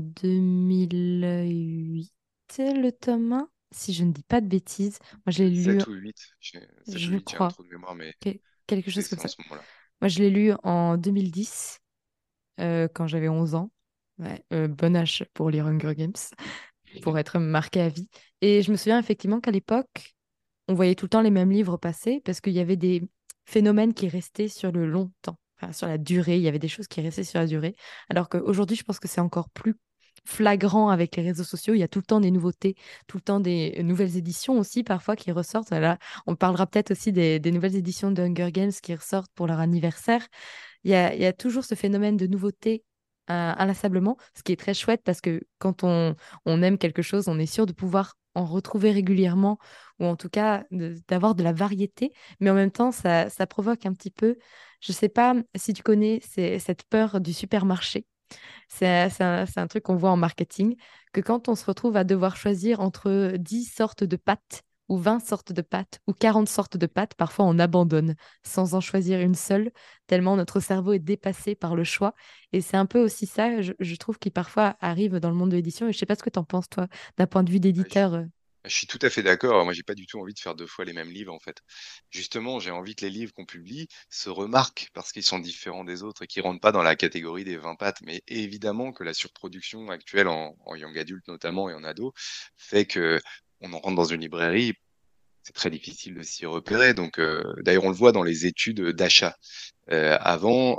2008, le tome 1, si je ne dis pas de bêtises, moi je l'ai lu, 7 ou 8, 7 ou je 8, j'ai un crois, trou de mémoire, mais quelque chose c'est comme en ça. ce moment-là. Moi je l'ai lu en 2010, quand j'avais 11 ans. Ouais, bon âge pour lire Hunger Games, pour être marqué à vie. Et je me souviens effectivement qu'à l'époque, on voyait tout le temps les mêmes livres passer parce qu'il y avait des phénomènes qui restaient sur le long temps, enfin, sur la durée. Il y avait des choses qui restaient sur la durée. Alors qu'aujourd'hui, je pense que c'est encore plus flagrant avec les réseaux sociaux. Il y a tout le temps des nouveautés, tout le temps des nouvelles éditions aussi, parfois qui ressortent. Là, on parlera peut-être aussi des nouvelles éditions de Hunger Games qui ressortent pour leur anniversaire. Il y a toujours ce phénomène de nouveauté inlassablement, ce qui est très chouette parce que quand on aime quelque chose, on est sûr de pouvoir en retrouver régulièrement ou en tout cas d'avoir de la variété. Mais en même temps, ça provoque un petit peu, je ne sais pas si tu connais cette peur du supermarché. C'est un truc qu'on voit en marketing, que quand on se retrouve à devoir choisir entre 10 sortes de pâtes ou 20 sortes de pâtes, ou 40 sortes de pâtes, parfois on abandonne sans en choisir une seule, tellement notre cerveau est dépassé par le choix. Et c'est un peu aussi ça, je trouve, qui parfois arrive dans le monde de l'édition. Et je sais pas ce que tu en penses, toi, d'un point de vue Ouais, d'éditeur. je suis tout à fait d'accord. Moi, j'ai pas du tout envie de faire deux fois les mêmes livres, en fait. Justement, j'ai envie que les livres qu'on publie se remarquent parce qu'ils sont différents des autres et qu'ils rentrent pas dans la catégorie des 20 pattes. Mais évidemment que la surproduction actuelle en young adulte notamment et en ado fait que on en rentre dans une librairie, c'est très difficile de s'y repérer. Donc, d'ailleurs, on le voit dans les études d'achat. Avant,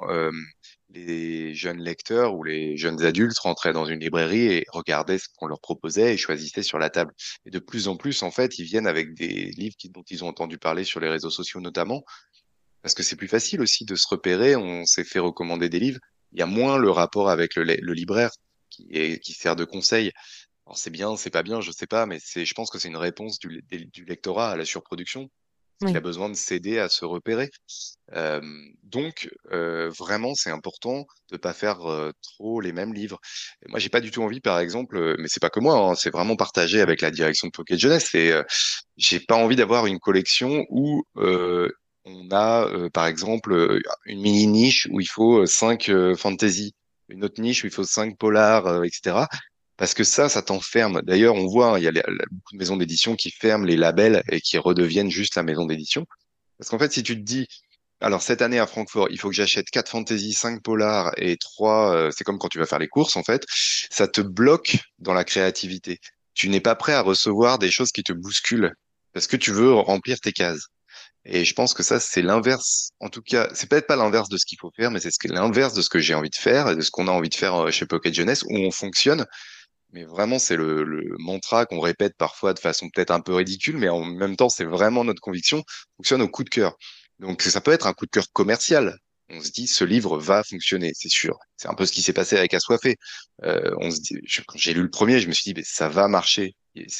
les jeunes lecteurs ou les jeunes adultes rentraient dans une librairie et regardaient ce qu'on leur proposait et choisissaient sur la table. Et de plus en plus, en fait, ils viennent avec des livres dont ils ont entendu parler sur les réseaux sociaux notamment, parce que c'est plus facile aussi de se repérer. On s'est fait recommander des livres. Il y a moins le rapport avec le libraire qui sert de conseil. Alors c'est bien, c'est pas bien, je sais pas, mais je pense que c'est une réponse du lectorat à la surproduction, parce qu'il a Oui, besoin de s'aider à se repérer. Euh, vraiment, c'est important de pas faire trop les mêmes livres. Et moi, j'ai pas du tout envie, par exemple, mais c'est pas que moi, hein, c'est vraiment partagé avec la direction de Pocket Jeunesse. J'ai pas envie d'avoir une collection où on a, par exemple, une mini niche où il faut 5 fantasy, une autre niche où il faut 5 polars, etc. Parce que ça t'enferme. D'ailleurs, on voit, hein, il y a beaucoup de maisons d'édition qui ferment les labels et qui redeviennent juste la maison d'édition. Parce qu'en fait, si tu te dis, alors cette année à Francfort, il faut que j'achète 4 fantasy, 5 polars et 3, c'est comme quand tu vas faire les courses, en fait, ça te bloque dans la créativité. Tu n'es pas prêt à recevoir des choses qui te bousculent parce que tu veux remplir tes cases. Et je pense que ça, c'est l'inverse. En tout cas, c'est peut-être pas l'inverse de ce qu'il faut faire, mais l'inverse de ce que j'ai envie de faire et de ce qu'on a envie de faire chez Pocket Jeunesse, où on fonctionne. Mais vraiment, c'est le mantra qu'on répète parfois de façon peut-être un peu ridicule, mais en même temps, c'est vraiment notre conviction, fonctionne au coup de cœur. Donc ça peut être un coup de cœur commercial. On se dit, ce livre va fonctionner, c'est sûr. C'est un peu ce qui s'est passé avec Assoiffé. On se dit, quand j'ai lu le premier, je me suis dit, mais ça va marcher.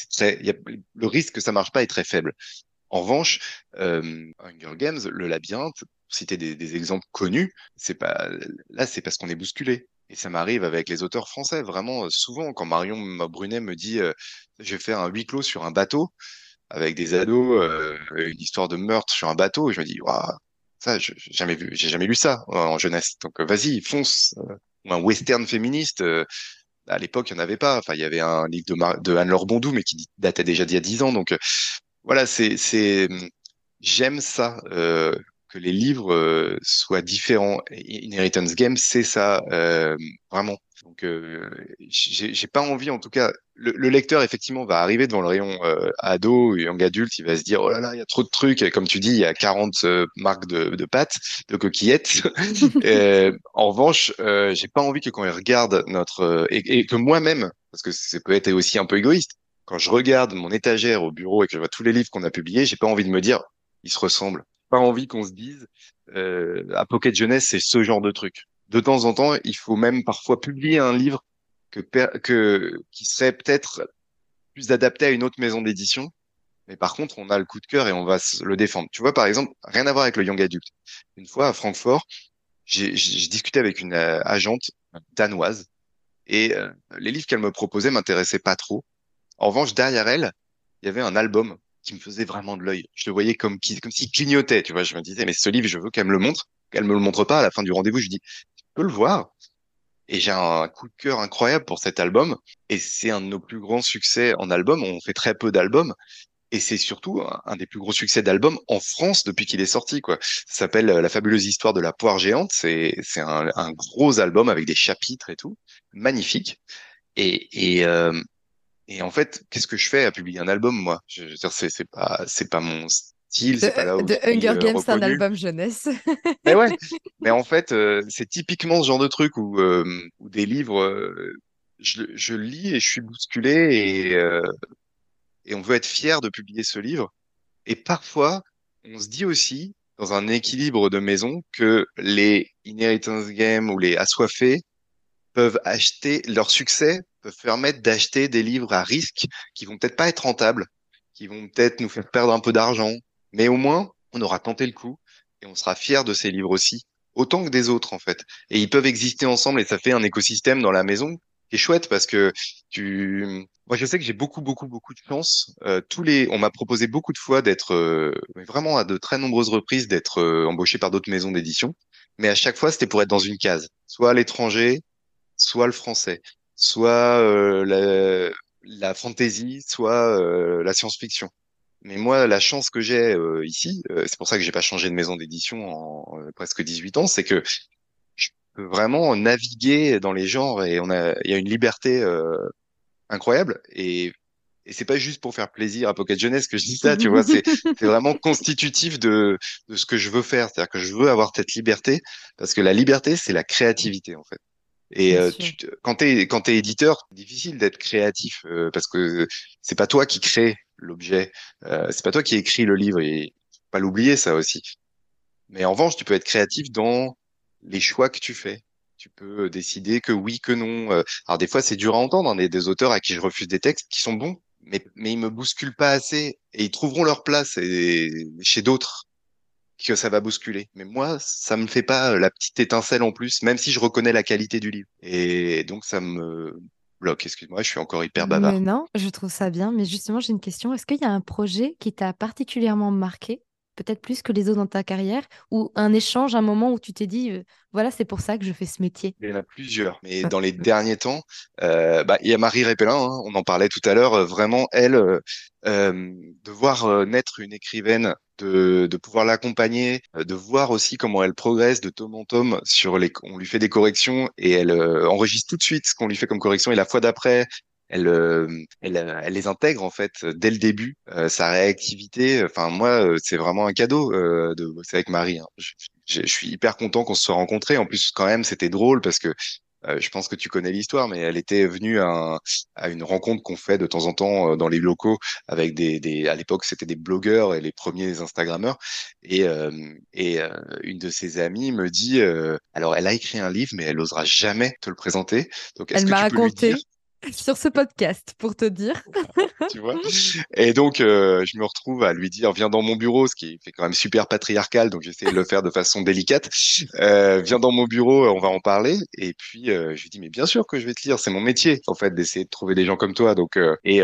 Le risque que ça marche pas est très faible. En revanche, Hunger Games, le labyrinthe, pour citer des exemples connus, c'est pas là, c'est parce qu'on est bousculé. Et ça m'arrive avec les auteurs français, vraiment souvent, quand Marion Brunet me dit je vais faire un huis clos sur un bateau avec des ados, une histoire de meurtre sur un bateau, et je me dis waouh, ça, j'ai jamais lu ça en jeunesse. Donc vas-y, fonce. Ou un western féministe. À l'époque, il n'y en avait pas. Enfin, il y avait un livre de Anne-Laure Bondou, mais qui datait déjà d'il y a 10 ans. Donc voilà, j'aime ça, que les livres soient différents. Et Inheritance Game, c'est ça, vraiment. Donc, j'ai pas envie, en tout cas, le lecteur, effectivement, va arriver devant le rayon ado et young adulte, il va se dire, oh là là, il y a trop de trucs. Et comme tu dis, il y a 40 marques de pâtes, de coquillettes. En revanche, j'ai pas envie que quand il regarde et que moi-même, parce que ça peut être aussi un peu égoïste, quand je regarde mon étagère au bureau et que je vois tous les livres qu'on a publiés, j'ai pas envie de me dire, ils se ressemblent. Pas envie qu'on se dise, à Pocket Jeunesse, c'est ce genre de truc. De temps en temps, il faut même parfois publier un livre qui serait peut-être plus adapté à une autre maison d'édition. Mais par contre, on a le coup de cœur et on va le défendre. Tu vois, par exemple, rien à voir avec le young adult. Une fois à Francfort, j'ai discuté avec une agente danoise et les livres qu'elle me proposait m'intéressaient pas trop. En revanche, derrière elle, il y avait un album qui me faisait vraiment de l'œil. Je le voyais comme s'il clignotait, tu vois. Je me disais, mais ce livre, je veux qu'elle me le montre. Qu'elle me le montre pas à la fin du rendez-vous. Je dis, tu peux le voir. Et j'ai un coup de cœur incroyable pour cet album. Et c'est un de nos plus grands succès en album. On fait très peu d'albums. Et c'est surtout un des plus gros succès d'album en France depuis qu'il est sorti, quoi. Ça s'appelle La fabuleuse histoire de la poire géante. C'est un gros album avec des chapitres et tout. Magnifique. Et en fait, qu'est-ce que je fais à publier un album, moi? Je veux dire, c'est pas mon style, c'est pas là où je De suis Hunger Games, c'est un reconnu. album jeunesse. Mais ouais, mais en fait, c'est typiquement ce genre de truc où des livres, je lis et je suis bousculé et on veut être fier de publier ce livre. Et parfois, on se dit aussi, dans un équilibre de maison, que les Inheritance Game ou les Assoiffés peuvent acheter leur succès, peuvent permettre d'acheter des livres à risque qui vont peut-être pas être rentables, qui vont peut-être nous faire perdre un peu d'argent, mais au moins on aura tenté le coup et on sera fier de ces livres aussi, autant que des autres en fait. Et ils peuvent exister ensemble et ça fait un écosystème dans la maison qui est chouette parce que moi, je sais que j'ai beaucoup, beaucoup, beaucoup de chance. On m'a proposé beaucoup de fois d'être, mais vraiment à de très nombreuses reprises, d'être embauché par d'autres maisons d'édition. Mais à chaque fois, c'était pour être dans une case, soit à l'étranger, soit le français, soit la fantasy, soit la science-fiction. Mais moi, la chance que j'ai ici, c'est pour ça que j'ai pas changé de maison d'édition en presque 18 ans, c'est que je peux vraiment naviguer dans les genres et il y a une liberté incroyable. Et c'est pas juste pour faire plaisir à Pocket Jeunesse que je dis ça, tu vois, c'est vraiment constitutif de ce que je veux faire. C'est-à-dire que je veux avoir cette liberté parce que la liberté, c'est la créativité, en fait. Et Bien sûr. quand t'es éditeur, c'est difficile d'être créatif parce que c'est pas toi qui crée l'objet, c'est pas toi qui écris le livre et faut pas l'oublier ça aussi. Mais en revanche, tu peux être créatif dans les choix que tu fais. Tu peux décider que oui, que non. Alors des fois, c'est dur à entendre. Hein, des auteurs à qui je refuse des textes qui sont bons, mais ils me bousculent pas assez et ils trouveront leur place chez d'autres que ça va bousculer. Mais moi, ça me fait pas la petite étincelle en plus, même si je reconnais la qualité du livre. Et donc, ça me bloque. Excuse-moi, je suis encore hyper Mais bavard. non, je trouve ça bien. Mais justement, j'ai une question. Est-ce qu'il y a un projet qui t'a particulièrement marqué, peut-être plus que les autres dans ta carrière, ou un échange, un moment où tu t'es dit, voilà, c'est pour ça que je fais ce métier. Il y en a plusieurs, mais dans les derniers temps, il y a Marie Répellin, hein, on en parlait tout à l'heure, vraiment, elle, de voir naître une écrivaine, de pouvoir l'accompagner, de voir aussi comment elle progresse de tome en tome on lui fait des corrections et elle enregistre tout de suite ce qu'on lui fait comme correction et la fois d'après, elle les intègre en fait dès le début, sa réactivité. Enfin, moi, c'est vraiment un cadeau de bosser avec Marie. Hein. Je suis hyper content qu'on se soit rencontrés. En plus, quand même, c'était drôle parce que je pense que tu connais l'histoire, mais elle était venue à une rencontre qu'on fait de temps en temps dans les locaux avec à l'époque, c'était des blogueurs et les premiers Instagrammeurs. Et une de ses amies me dit, alors elle a écrit un livre, mais elle osera jamais te le présenter. Donc, est-ce Elle que m'a tu peux lui dire? raconté sur ce podcast, pour te dire. Tu vois. Et donc, je me retrouve à lui dire, viens dans mon bureau, ce qui fait quand même super patriarcal, donc j'essaie de le faire de façon délicate. Viens dans mon bureau, on va en parler. Et puis, je lui dis, mais bien sûr que je vais te lire, c'est mon métier, en fait, d'essayer de trouver des gens comme toi. Donc,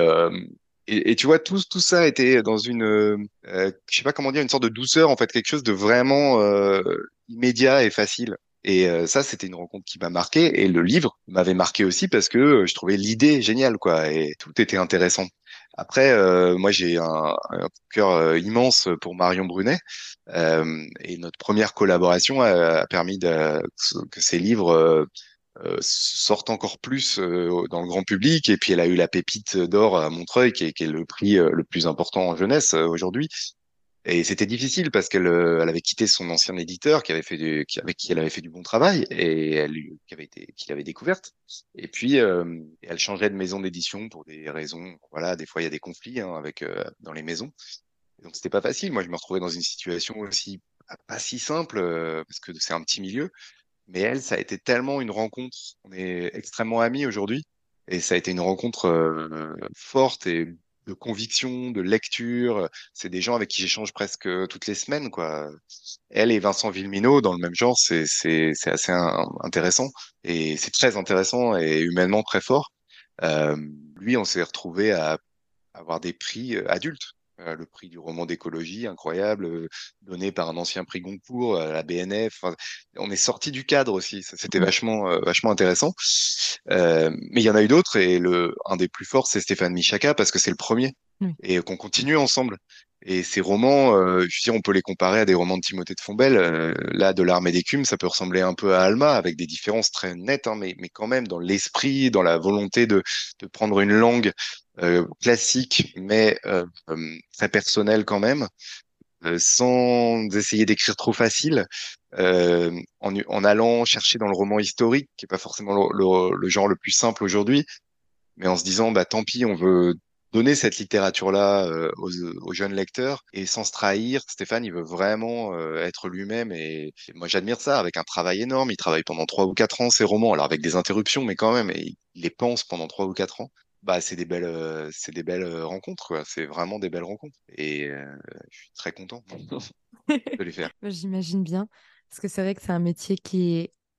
et tu vois, tout ça était dans je sais pas comment dire, une sorte de douceur, en fait, quelque chose de vraiment immédiat et facile. Et ça, c'était une rencontre qui m'a marqué. Et le livre m'avait marqué aussi parce que je trouvais l'idée géniale, quoi. Et tout était intéressant. Après, moi, j'ai un coup de cœur immense pour Marion Brunet. Et notre première collaboration a permis que ces livres sortent encore plus dans le grand public. Et puis, elle a eu la Pépite d'or à Montreuil, qui est le prix le plus important en jeunesse aujourd'hui. Et c'était difficile parce elle avait quitté son ancien éditeur avec qui elle avait fait du bon travail et qui l'avait découverte. Et puis, elle changeait de maison d'édition pour des raisons, voilà, des fois il y a des conflits hein, dans les maisons. Et donc c'était pas facile. Moi, je me retrouvais dans une situation aussi pas si simple parce que c'est un petit milieu. Mais elle, ça a été tellement une rencontre. On est extrêmement amis aujourd'hui. Et ça a été une rencontre forte et de conviction, de lecture. C'est des gens avec qui j'échange presque toutes les semaines, quoi. Elle et Vincent Villeminot, dans le même genre, c'est assez intéressant. Et c'est très intéressant et humainement très fort. Euh, Lui, on s'est retrouvé à avoir des prix adultes. Le prix du roman d'écologie, incroyable, donné par un ancien prix Goncourt, la BNF. Enfin, on est sorti du cadre aussi. Ça, c'était Mm. vachement intéressant. Mais il y en a eu d'autres et un des plus forts, c'est Stéphane Michaka parce que c'est le premier Oui. et qu'on continue ensemble. Et ces romans, je veux dire, on peut les comparer à des romans de Timothée de Fontbelle. Là, De l'arme et d'écume, ça peut ressembler un peu à Alma, avec des différences très nettes, hein, mais quand même dans l'esprit, dans la volonté de prendre une langue classique, mais très personnelle quand même, sans essayer d'écrire trop facile, en allant chercher dans le roman historique, qui est pas forcément le genre le plus simple aujourd'hui, mais en se disant, bah tant pis, on veut donner cette littérature-là aux jeunes lecteurs et sans se trahir. Stéphane, il veut vraiment être lui-même et moi j'admire ça avec un travail énorme. Il travaille pendant 3 ou 4 ans ses romans, alors avec des interruptions, mais quand même, et il les pense pendant 3 ou 4 ans. Bah c'est des belles rencontres, quoi. C'est vraiment des belles rencontres et je suis très content de les faire. J'imagine bien, parce que c'est vrai que c'est un métier qui est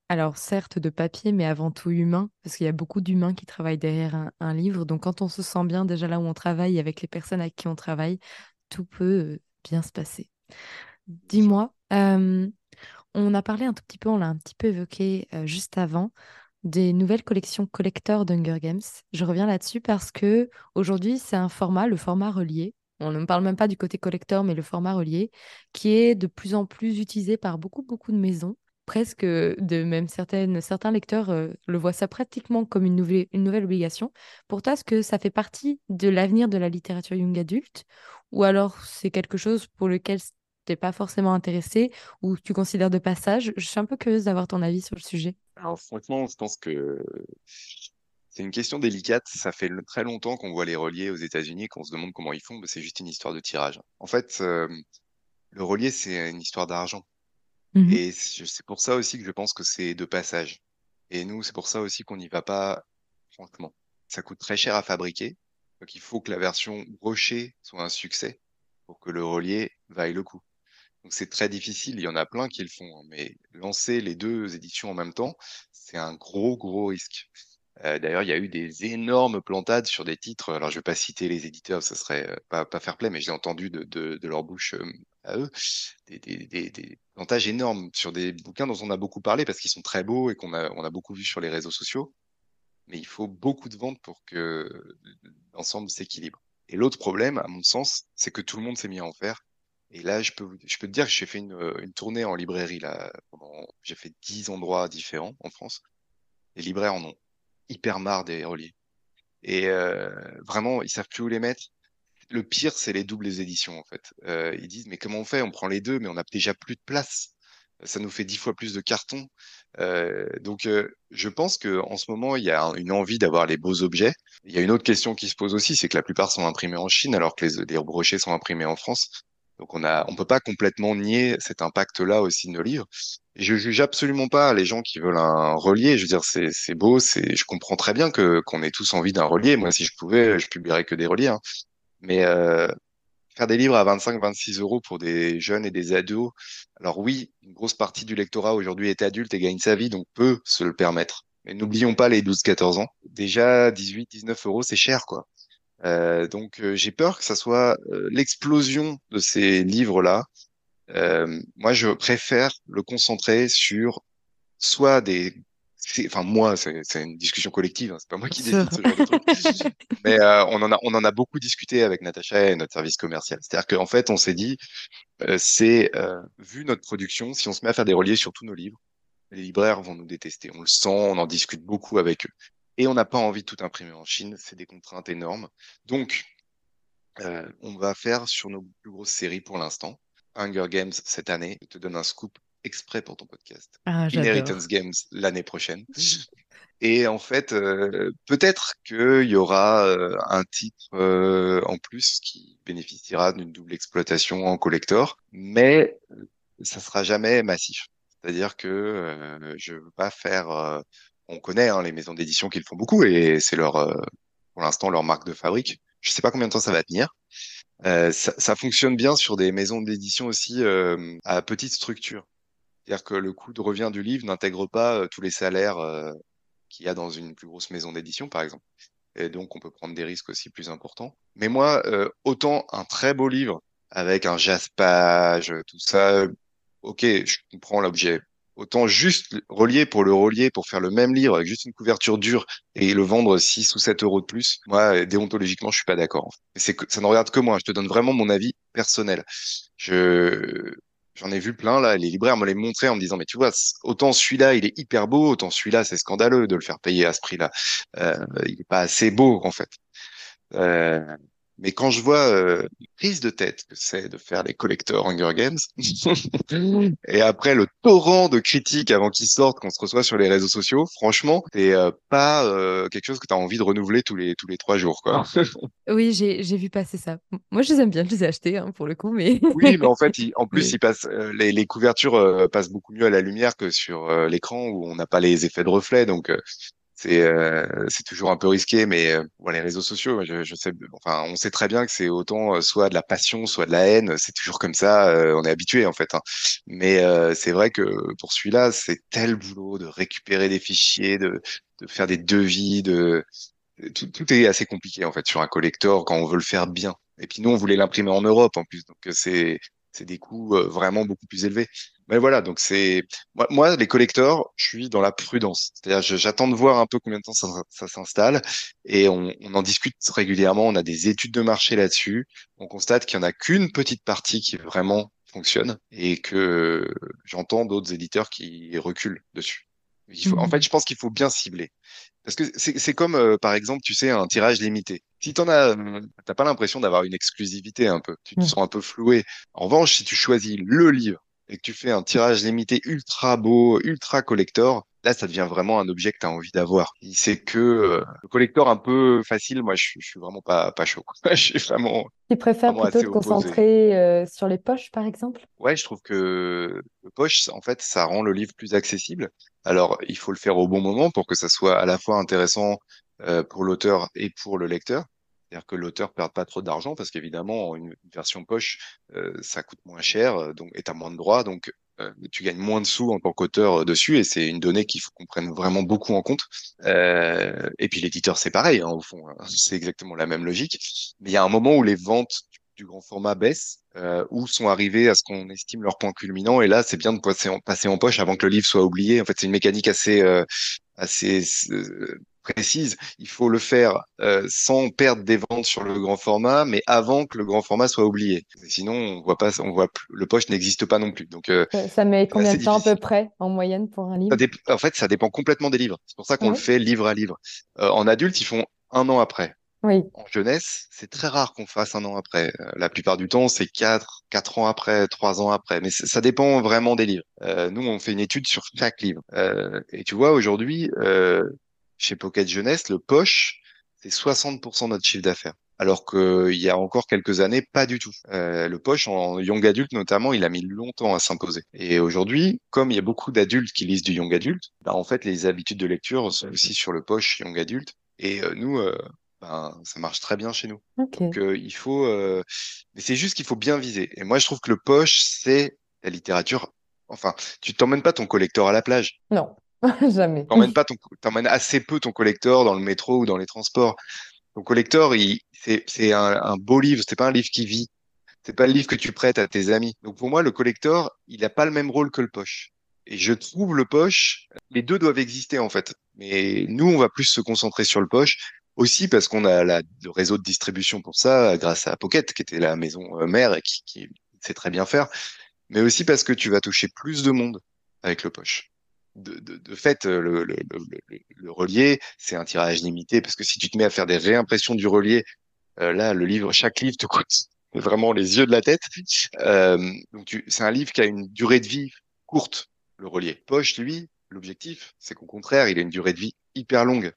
Alors, certes, de papier, mais avant tout humain, parce qu'il y a beaucoup d'humains qui travaillent derrière un livre. Donc, quand on se sent bien déjà là où on travaille, avec les personnes avec qui on travaille, tout peut bien se passer. Bien sûr. Dis-moi, on a parlé un tout petit peu, on l'a un petit peu évoqué juste avant, des nouvelles collections collector d'Hunger Games. Je reviens là-dessus parce que aujourd'hui, c'est un format, le format relié. On ne parle même pas du côté collector, mais le format relié, qui est de plus en plus utilisé par beaucoup, beaucoup de maisons. Presque de même certains lecteurs le voient ça pratiquement comme une nouvelle obligation. Pour toi, est-ce que ça fait partie de l'avenir de la littérature young adulte ou alors c'est quelque chose pour lequel tu n'es pas forcément intéressé ou tu considères de passage? Je suis un peu curieuse d'avoir ton avis sur le sujet. Alors franchement, je pense que c'est une question délicate. Ça fait très longtemps qu'on voit les reliés aux États-Unis, qu'on se demande comment ils font. Mais c'est juste une histoire de tirage. En fait, le relié, c'est une histoire d'argent. Mhm. Et c'est pour ça aussi que je pense que c'est de passage. Et nous, c'est pour ça aussi qu'on n'y va pas, franchement. Ça coûte très cher à fabriquer. Donc il faut que la version brochée soit un succès pour que le relié vaille le coup. Donc c'est très difficile, il y en a plein qui le font, hein, mais lancer les deux éditions en même temps, c'est un gros, gros risque. D'ailleurs, il y a eu des énormes plantades sur des titres. Alors, je vais pas citer les éditeurs, ça serait pas fair play, mais j'ai entendu de leur bouche à eux des plantages énormes sur des bouquins dont on a beaucoup parlé parce qu'ils sont très beaux et on a beaucoup vu sur les réseaux sociaux. Mais il faut beaucoup de ventes pour que l'ensemble s'équilibre. Et l'autre problème, à mon sens, c'est que tout le monde s'est mis à en faire. Et là, je peux te dire que j'ai fait une tournée en librairie là. J'ai fait 10 endroits différents en France. Les libraires en ont hyper marre des reliés. Et vraiment, ils savent plus où les mettre. Le pire, c'est les doubles éditions, en fait. Ils disent, mais comment on fait? On prend les deux, mais on n'a déjà plus de place. Ça nous fait 10 fois plus de cartons. Je pense que en ce moment, il y a une envie d'avoir les beaux objets. Il y a une autre question qui se pose aussi, c'est que la plupart sont imprimés en Chine, alors que les brochets sont imprimés en France. Donc on peut pas complètement nier cet impact-là aussi de nos livres. Et je juge absolument pas les gens qui veulent un relié. Je veux dire, c'est beau, je comprends très bien qu'on ait tous envie d'un relié. Moi, si je pouvais, je publierais que des reliés, hein. Mais faire des livres à 25-26 € pour des jeunes et des ados, alors oui, une grosse partie du lectorat aujourd'hui est adulte et gagne sa vie, donc peut se le permettre. Mais n'oublions pas les 12-14 ans. Déjà, 18-19 €, c'est cher, quoi. J'ai peur que ça soit l'explosion de ces livres-là. Moi, je préfère le concentrer sur soit enfin moi, c'est une discussion collective, hein, c'est pas moi Bien qui sûr. décide ce genre de truc. Mais on en a beaucoup discuté avec Natacha et notre service commercial. C'est-à-dire qu'en fait, on s'est dit, vu notre production, si on se met à faire des reliés sur tous nos livres, les libraires vont nous détester. On le sent, on en discute beaucoup avec eux. Et on n'a pas envie de tout imprimer en Chine, c'est des contraintes énormes. Donc, on va faire sur nos plus grosses séries pour l'instant. Hunger Games cette année, je te donne un scoop exprès pour ton podcast. Ah, Inheritance j'adore. Games l'année prochaine. Et en fait, peut-être qu'il y aura un titre en plus qui bénéficiera d'une double exploitation en collector, mais ça sera jamais massif. C'est-à-dire que je veux pas faire. On connaît hein, les maisons d'édition qui le font beaucoup et c'est pour l'instant leur marque de fabrique. Je sais pas combien de temps ça va tenir. Ça fonctionne bien sur des maisons d'édition aussi à petite structure. C'est-à-dire que le coût de revient du livre n'intègre pas tous les salaires qu'il y a dans une plus grosse maison d'édition, par exemple. Et donc, on peut prendre des risques aussi plus importants. Mais moi, autant un très beau livre avec un jaspage, tout ça, ok, je comprends l'objet. Autant juste relier pour le relier, pour faire le même livre avec juste une couverture dure et le vendre 6 ou 7 € de plus. Moi, déontologiquement, je suis pas d'accord, en fait. Ça ne regarde que moi. Je te donne vraiment mon avis personnel. Je, J'en ai vu plein, là. Les libraires me les montraient en me disant, mais tu vois, autant celui-là, il est hyper beau, autant celui-là, c'est scandaleux de le faire payer à ce prix-là. Il est pas assez beau, en fait. Euh, mais quand je vois prise de tête que c'est de faire les collecteurs Hunger Games, et après le torrent de critiques avant qu'ils sortent, qu'on se reçoit sur les réseaux sociaux, franchement, c'est pas quelque chose que tu as envie de renouveler tous les 3 jours, quoi. Oui, j'ai vu passer ça. Moi, je les aime bien, je les ai achetés hein, pour le coup, mais... Oui, mais en fait, en plus, mais les couvertures passent beaucoup mieux à la lumière que sur l'écran où on n'a pas les effets de reflet. Donc, C'est toujours un peu risqué, mais bon, les réseaux sociaux, moi, je sais, enfin, on sait très bien que c'est autant soit de la passion, soit de la haine. C'est toujours comme ça. On est habitué en fait, hein. Mais c'est vrai que pour celui-là, c'est tel boulot de récupérer des fichiers, de faire des devis, tout est assez compliqué en fait sur un collector quand on veut le faire bien. Et puis nous, on voulait l'imprimer en Europe en plus, donc c'est des coûts vraiment beaucoup plus élevés. Mais voilà, donc moi les collectors, je suis dans la prudence. C'est-à-dire j'attends de voir un peu combien de temps ça s'installe et on en discute régulièrement. On a des études de marché là-dessus. On constate qu'il y en a qu'une petite partie qui vraiment fonctionne et que j'entends d'autres éditeurs qui reculent dessus. En fait, je pense qu'il faut bien cibler. Parce que c'est comme, par exemple, tu sais, un tirage limité. Si t'as pas l'impression d'avoir une exclusivité un peu. Tu te Mm. sens un peu floué. En revanche, si tu choisis le livre et que tu fais un tirage limité ultra beau, ultra collector, là, ça devient vraiment un objet que tu as envie d'avoir. C'est que le collector un peu facile, moi, je suis vraiment pas chaud, quoi. Je suis Tu préfères vraiment plutôt assez te opposé. concentrer sur les poches, par exemple? Ouais, je trouve que le poche, en fait, ça rend le livre plus accessible. Alors, il faut le faire au bon moment pour que ça soit à la fois intéressant pour l'auteur et pour le lecteur. C'est-à-dire que l'auteur perde pas trop d'argent parce qu'évidemment, une version poche, ça coûte moins cher, donc et t'as moins de droits, donc tu gagnes moins de sous en tant qu'auteur dessus, et c'est une donnée qu'il faut qu'on prenne vraiment beaucoup en compte. Et puis l'éditeur, c'est pareil, hein, au fond, hein. C'est exactement la même logique. Mais il y a un moment où les ventes du grand format baissent, ou sont arrivés à ce qu'on estime leur point culminant. Et là, c'est bien de passer en poche avant que le livre soit oublié. En fait, c'est une mécanique assez précise. Il faut le faire sans perdre des ventes sur le grand format, mais avant que le grand format soit oublié. Sinon, on voit pas, on voit le poche n'existe pas non plus. Donc, Ça met c'est combien assez de temps à peu difficile. près en moyenne pour un livre? En fait, ça dépend complètement des livres. C'est pour ça qu'on le Oui. fait livre à livre. En adulte, ils font un an après. Oui. En jeunesse, c'est très rare qu'on fasse un an après. La plupart du temps, c'est quatre ans après, 3 ans après. Mais ça dépend vraiment des livres. Nous, on fait une étude sur chaque livre. Et tu vois, aujourd'hui, chez Pocket Jeunesse, le poche, c'est 60% de notre chiffre d'affaires. Alors qu'il y a encore quelques années, pas du tout. Le poche, en young adulte notamment, il a mis longtemps à s'imposer. Et aujourd'hui, comme il y a beaucoup d'adultes qui lisent du young adulte, bah, en fait, les habitudes de lecture sont aussi sur le poche young adulte. Et nous, ben, ça marche très bien chez nous. Donc Ok. mais c'est juste qu'il faut bien viser. Et moi, je trouve que le poche, c'est la littérature. Enfin, tu t'emmènes pas ton collector à la plage. Non, jamais. T'emmènes assez peu ton collector dans le métro ou dans les transports. Ton collector, c'est un beau livre. C'est pas un livre qui vit. C'est pas le livre que tu prêtes à tes amis. Donc pour moi, le collector, il n'a pas le même rôle que le poche. Et je trouve le poche, les deux doivent exister en fait. Mais nous, on va plus se concentrer sur le poche, aussi parce qu'on a le réseau de distribution pour ça, grâce à Pocket, qui était la maison mère et qui sait très bien faire. Mais aussi parce que tu vas toucher plus de monde avec le poche. De fait, le relié, c'est un tirage limité, parce que si tu te mets à faire des réimpressions du relié, là, chaque livre te coûte vraiment les yeux de la tête. Donc c'est un livre qui a une durée de vie courte, le relié. Poche, lui, l'objectif, c'est qu'au contraire, il a une durée de vie hyper longue.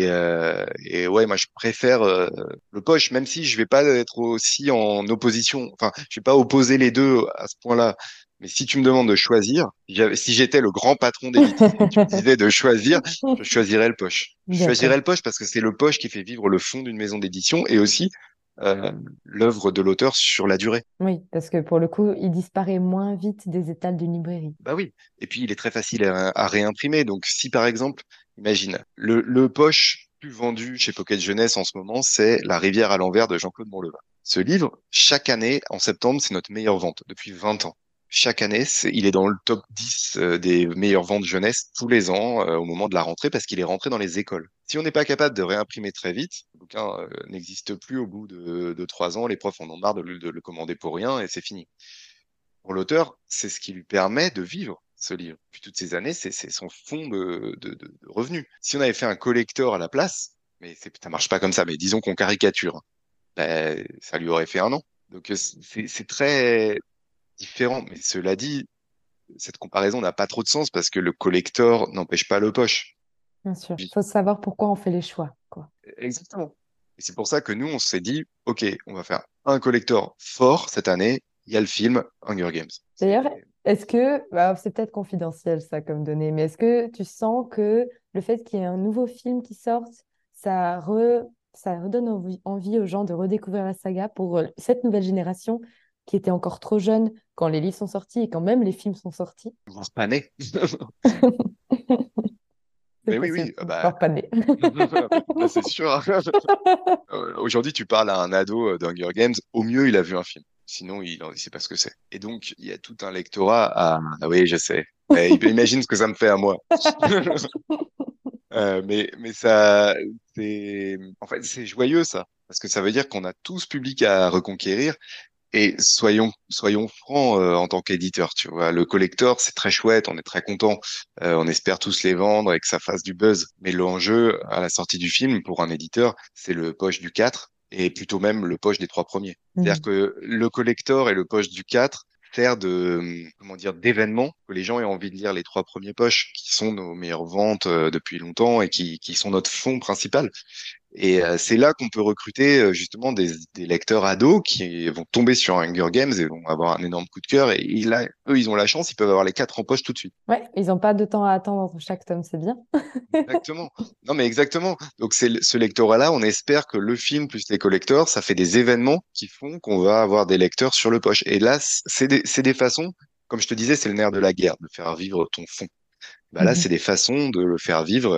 Et ouais, moi je préfère le poche, même si je vais pas être aussi en opposition. Enfin, je vais pas opposer les deux à ce point-là. Mais si tu me demandes de choisir, si j'étais le grand patron d'éditrice et que tu me disais de choisir, je choisirais le poche. Je choisirais D'accord. le poche parce que c'est le poche qui fait vivre le fond d'une maison d'édition et aussi l'œuvre de l'auteur sur la durée. Oui, parce que pour le coup, il disparaît moins vite des étals d'une librairie. Bah oui. Et puis il est très facile à réimprimer. Donc si par exemple, imagine, le poche plus vendu chez Pocket Jeunesse en ce moment, c'est La rivière à l'envers de Jean-Claude Monlevin. Ce livre, chaque année, en septembre, c'est notre meilleure vente depuis 20 ans. Chaque année, il est dans le top 10 des meilleures ventes jeunesse tous les ans au moment de la rentrée parce qu'il est rentré dans les écoles. Si on n'est pas capable de réimprimer très vite, le bouquin n'existe plus au bout de 3 ans, les profs en ont marre de le commander pour rien et c'est fini. Pour l'auteur, c'est ce qui lui permet de vivre ce livre. Depuis toutes ces années, c'est son fond de revenus. Si on avait fait un collector à la place, mais ça marche pas comme ça, mais disons qu'on caricature, ben, ça lui aurait fait un an. Donc c'est très différent. Mais cela dit, cette comparaison n'a pas trop de sens parce que le collector n'empêche pas le poche. Bien sûr. Il Puis- faut savoir pourquoi on fait les choix, quoi. Exactement. Et c'est pour ça que nous, on s'est dit, OK, on va faire un collector fort cette année. Il y a le film Hunger Games. D'ailleurs, C'est Est-ce que, bah, c'est peut-être confidentiel ça comme données, mais est-ce que tu sens que le fait qu'il y ait un nouveau film qui sorte, ça redonne envie aux gens de redécouvrir la saga pour cette nouvelle génération qui était encore trop jeune quand les livres sont sortis et quand même les films sont sortis? Voir pas né. C'est Mais oui, possible, oui, bah, encore pas né. bah, c'est sûr, hein. Aujourd'hui, tu parles à un ado d'Hunger Games, au mieux, il a vu un film. Sinon, il sait pas ce que c'est. Et donc, il y a tout un lectorat à... Ah oui, je sais. Mais imagine ce que ça me fait à moi. Mais ça, en fait, c'est joyeux, ça. Parce que ça veut dire qu'on a tout ce public à reconquérir. Et soyons francs en tant qu'éditeur, tu vois. Le collector, c'est très chouette, on est très content. On espère tous les vendre et que ça fasse du buzz. Mais l'enjeu à la sortie du film pour un éditeur, c'est le poche du 4 et plutôt même le poche des trois premiers. C'est-à-dire Mhm. que le collector et le poche du 4 sert de, comment dire, d'événement, que les gens aient envie de lire les trois premiers poches, qui sont nos meilleures ventes depuis longtemps et qui sont notre fond principal. Et c'est là qu'on peut recruter justement des lecteurs ados qui vont tomber sur Hunger Games et vont avoir un énorme coup de cœur. Et là, eux, ils ont la chance, ils peuvent avoir les quatre en poche tout de suite. Ouais, ils n'ont pas de temps à attendre entre chaque tome, c'est bien. Exactement. Non, mais exactement. Donc, ce lectorat-là, on espère que le film plus les collecteurs, ça fait des événements qui font qu'on va avoir des lecteurs sur le poche. Et là, c'est des façons, comme je te disais, c'est le nerf de la guerre, de faire vivre ton fond. Bah là, c'est des façons de le faire vivre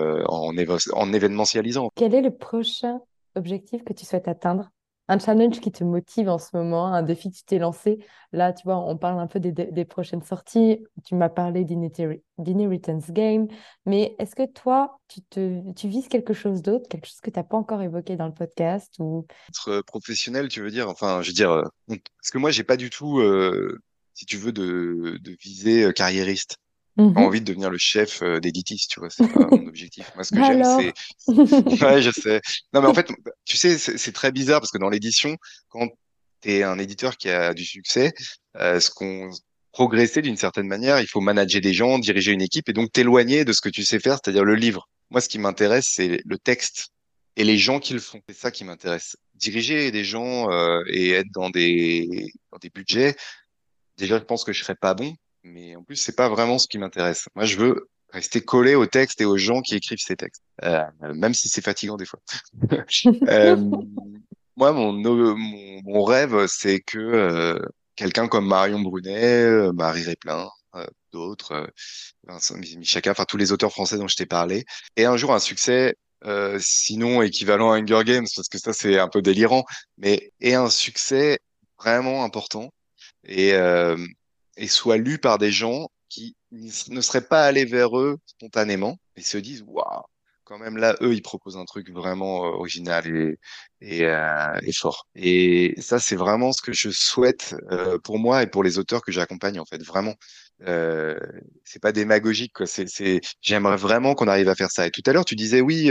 en événementialisant. Quel est le prochain objectif que tu souhaites atteindre? Un challenge qui te motive en ce moment, un défi que tu t'es lancé. Là, tu vois, on parle un peu des prochaines sorties. Tu m'as parlé d'Inheritance Game. Mais est-ce que toi, tu vises quelque chose d'autre, quelque chose que tu n'as pas encore évoqué dans le podcast ou... Être professionnel, tu veux dire? Enfin, je veux dire, parce que moi, j'ai pas du tout, si tu veux, de visée carriériste. J'ai pas Mhm. envie de devenir le chef d'Editis, tu vois, c'est pas mon objectif. Moi, ce que Bah j'aime, c'est... alors? Ouais, je sais. Non, mais en fait, tu sais, c'est très bizarre parce que dans l'édition, quand t'es un éditeur qui a du succès, ce qu'on progresser d'une certaine manière, il faut manager des gens, diriger une équipe et donc t'éloigner de ce que tu sais faire, c'est-à-dire le livre. Moi, ce qui m'intéresse, c'est le texte et les gens qui le font. C'est ça qui m'intéresse. Diriger des gens et être dans des budgets, déjà, je pense que je serais pas bon, mais en plus, c'est pas vraiment ce qui m'intéresse. Moi, je veux rester collé au texte et aux gens qui écrivent ces textes, même si c'est fatigant des fois. Euh, moi, mon rêve, c'est que quelqu'un comme Marion Brunet, Marie Réplin, d'autres, Vincent Michalka, enfin tous les auteurs français dont je t'ai parlé, ait un jour un succès, sinon équivalent à Hunger Games, parce que ça c'est un peu délirant, mais ait un succès vraiment important et, euh, et soit lu par des gens qui ne seraient pas allés vers eux spontanément et se disent, waouh, quand même là, eux, ils proposent un truc vraiment original et fort. Et ça, c'est vraiment ce que je souhaite pour moi et pour les auteurs que j'accompagne, en fait, vraiment. Euh, c'est pas démagogique, quoi. J'aimerais vraiment qu'on arrive à faire ça. Et tout à l'heure, tu disais, oui,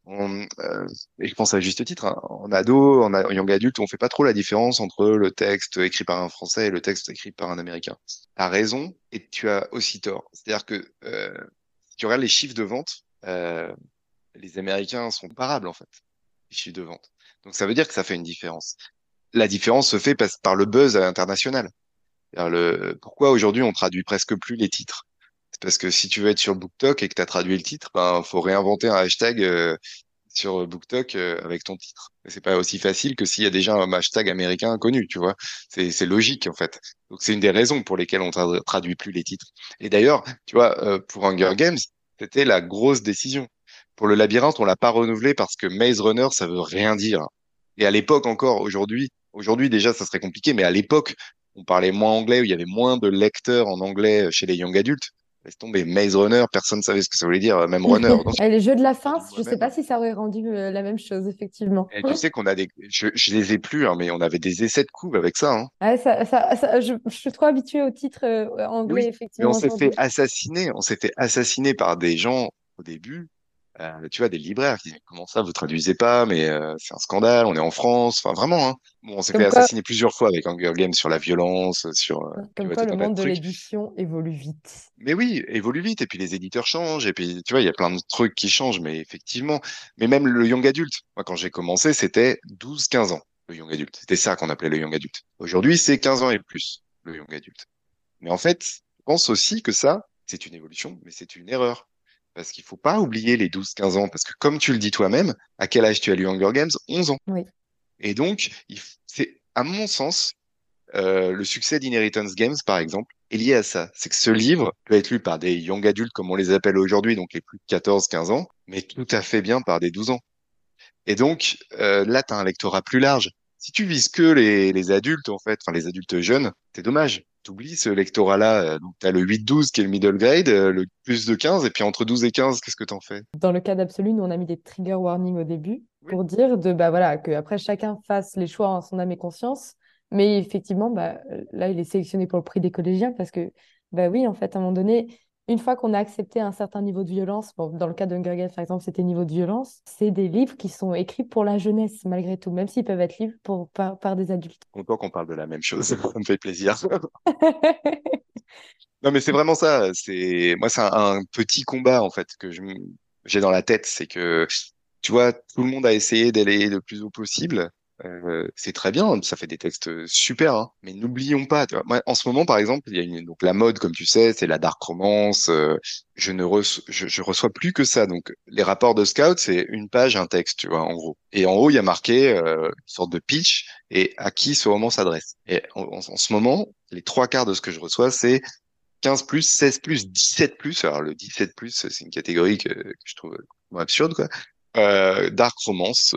et je pense à juste titre, hein, en ado, en young adulte, on fait pas trop la différence entre le texte écrit par un Français et le texte écrit par un Américain. T'as raison et tu as aussi tort. C'est-à-dire que si tu regardes les chiffres de vente, les Américains sont comparables en fait, les chiffres de vente. Donc ça veut dire que ça fait une différence. La différence se fait par le buzz à l'international. Pourquoi aujourd'hui on traduit presque plus les titres? C'est parce que si tu veux être sur BookTok et que tu as traduit le titre, ben faut réinventer un hashtag sur BookTok avec ton titre. Et c'est pas aussi facile que s'il y a déjà un hashtag américain connu, tu vois. C'est logique en fait. Donc c'est une des raisons pour lesquelles on traduit plus les titres. Et d'ailleurs, tu vois, pour Hunger Games, c'était la grosse décision. Pour le labyrinthe, on l'a pas renouvelé parce que Maze Runner, ça veut rien dire. Et à l'époque encore, aujourd'hui déjà, ça serait compliqué, mais à l'époque, on parlait moins anglais, il y avait moins de lecteurs en anglais chez les young adultes. Laisse tomber, Maze Runner, personne ne savait ce que ça voulait dire, même runner. Donc, Et les jeux de la j'ai fin, traduit je ne sais pas moi-même. si ça aurait rendu la même chose, effectivement. Et tu sais qu'on a je les ai plus, hein, mais on avait des essais de couves avec ça, hein. Ouais, je suis trop habituée au titre Mais anglais, oui, mais on effectivement, s'est fait aujourd'hui. assassiner, on s'est fait assassiner par des gens au début, tu vois, des libraires qui disaient, comment ça, vous traduisez pas, mais c'est un scandale, on est en France, enfin vraiment, hein. Bon, on s'est fait Comme quoi, assassiner plusieurs fois avec Hunger Games sur la violence, sur tu comme vois, quoi tout le un tas de monde de trucs. l'édition évolue vite. Mais oui, évolue vite, et puis les éditeurs changent, et puis tu vois, il y a plein de trucs qui changent, mais effectivement, mais même le young adulte, moi quand j'ai commencé, c'était 12-15 ans, le young adulte. C'était ça qu'on appelait le young adulte. Aujourd'hui, c'est 15 ans et plus, le young adulte. Mais en fait, pense aussi que ça, c'est une évolution, mais c'est une erreur. Parce qu'il faut pas oublier les 12-15 ans, parce que comme tu le dis toi-même, à quel âge tu as lu Hunger Games? 11 ans. Oui. Et donc, c'est, à mon sens, le succès d'Inheritance Games, par exemple, est lié à ça. C'est que ce livre peut être lu par des young adultes, comme on les appelle aujourd'hui, donc les plus de 14-15 ans, mais tout à fait bien par des 12 ans. Et donc, là, tu as un lectorat plus large. Si tu vises que les adultes, en fait, enfin les adultes jeunes, c'est dommage. Tu oublies ce lectorat-là. Donc, tu as le 8-12 qui est le middle grade, le plus de 15, et puis entre 12 et 15, qu'est-ce que t'en fais? Dans le cas d'Absolu, nous, on a mis des trigger warnings au début Oui. pour dire bah voilà, que après chacun fasse les choix en son âme et conscience. Mais effectivement, bah, là, il est sélectionné pour le prix des collégiens parce que, bah oui, en fait, à un moment donné, une fois qu'on a accepté un certain niveau de violence, bon, dans le cas d'Hunger Games, par exemple, c'était niveau de violence, c'est des livres qui sont écrits pour la jeunesse, malgré tout, même s'ils peuvent être lus par des adultes. Content qu'on parle de la même chose, ça me fait plaisir. Non, mais c'est vraiment ça. C'est moi, c'est un petit combat en fait que j'ai dans la tête, c'est que tu vois, tout le monde a essayé d'aller le plus haut possible. C'est très bien, ça fait des textes super, hein. Mais n'oublions pas, tu vois, moi, en ce moment, par exemple, il y a donc la mode, comme tu sais, c'est la dark romance. Je reçois plus que ça. Donc, les rapports de Scout, c'est une page, un texte, tu vois, en gros. Et en haut, il y a marqué une sorte de pitch et à qui ce roman s'adresse. Et en ce moment, les trois quarts de ce que je reçois, c'est 15 plus, 16 plus, 17 plus. Alors le 17 plus, c'est une catégorie que je trouve complètement absurde, quoi. Dark romance,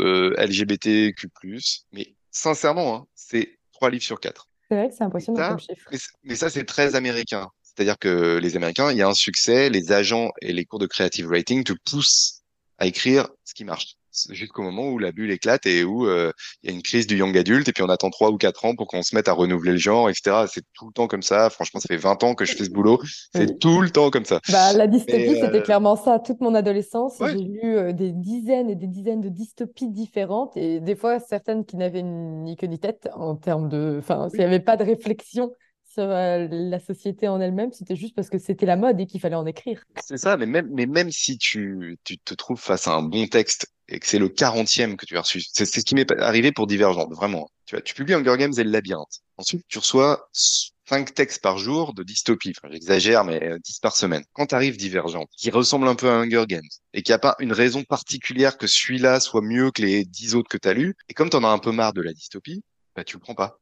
LGBTQ+. Mais sincèrement, hein, c'est 3 livres sur 4. C'est vrai que c'est Et impressionnant comme ça, chiffre. mais ça, c'est très américain. C'est-à-dire que les Américains, il y a un succès, les agents et les cours de creative writing te poussent à écrire ce qui marche. C'est jusqu'au moment où la bulle éclate et où il y a une crise du young adulte et puis on attend 3 ou 4 ans pour qu'on se mette à renouveler le genre, etc. C'est tout le temps comme ça. Franchement, ça fait 20 ans que je fais ce boulot. C'est Oui. tout le temps comme ça. Bah, la Mais dystopie, c'était clairement ça. Toute mon adolescence, ouais, j'ai lu des dizaines et des dizaines de dystopies différentes et des fois certaines qui n'avaient ni queue ni tête en termes de... Enfin, s'il n'y oui, avait pas de réflexion sur la société en elle-même, c'était juste parce que c'était la mode et qu'il fallait en écrire. c'est ça. Mais même si tu te trouves face à un bon texte et que c'est le 40e que tu as reçu, c'est ce qui m'est arrivé pour Divergente, vraiment. Tu vois, tu publies Hunger Games et le Labyrinthe. Ensuite, tu reçois 5 textes par jour de dystopie. Enfin, j'exagère, mais 10 par semaine. Quand t'arrives Divergente, qui ressemble un peu à Hunger Games, et qu'il n'y a pas une raison particulière que celui-là soit mieux que les 10 autres que t'as lus, et comme t'en as un peu marre de la dystopie, bah, tu le prends pas.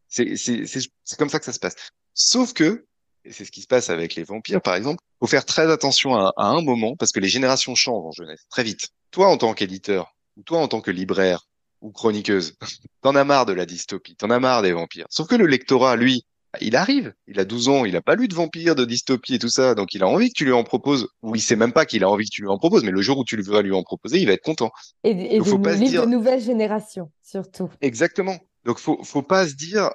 C'est comme ça que ça se passe. Sauf que, et c'est ce qui se passe avec les vampires, par exemple, faut faire très attention à un moment, parce que les générations changent en jeunesse, très vite. Toi, en tant qu'éditeur, ou toi, en tant que libraire, ou chroniqueuse, t'en as marre de la dystopie, t'en as marre des vampires. Sauf que le lectorat, lui, il arrive, il a 12 ans, il a pas lu de vampires, de dystopie et tout ça, donc il a envie que tu lui en proposes, ou il sait même pas qu'il a envie que tu lui en proposes, mais le jour où tu vas lui en proposer, il va être content. Et Donc des faut pas se livres de dire nouvelle génération, surtout. exactement. Donc faut pas se dire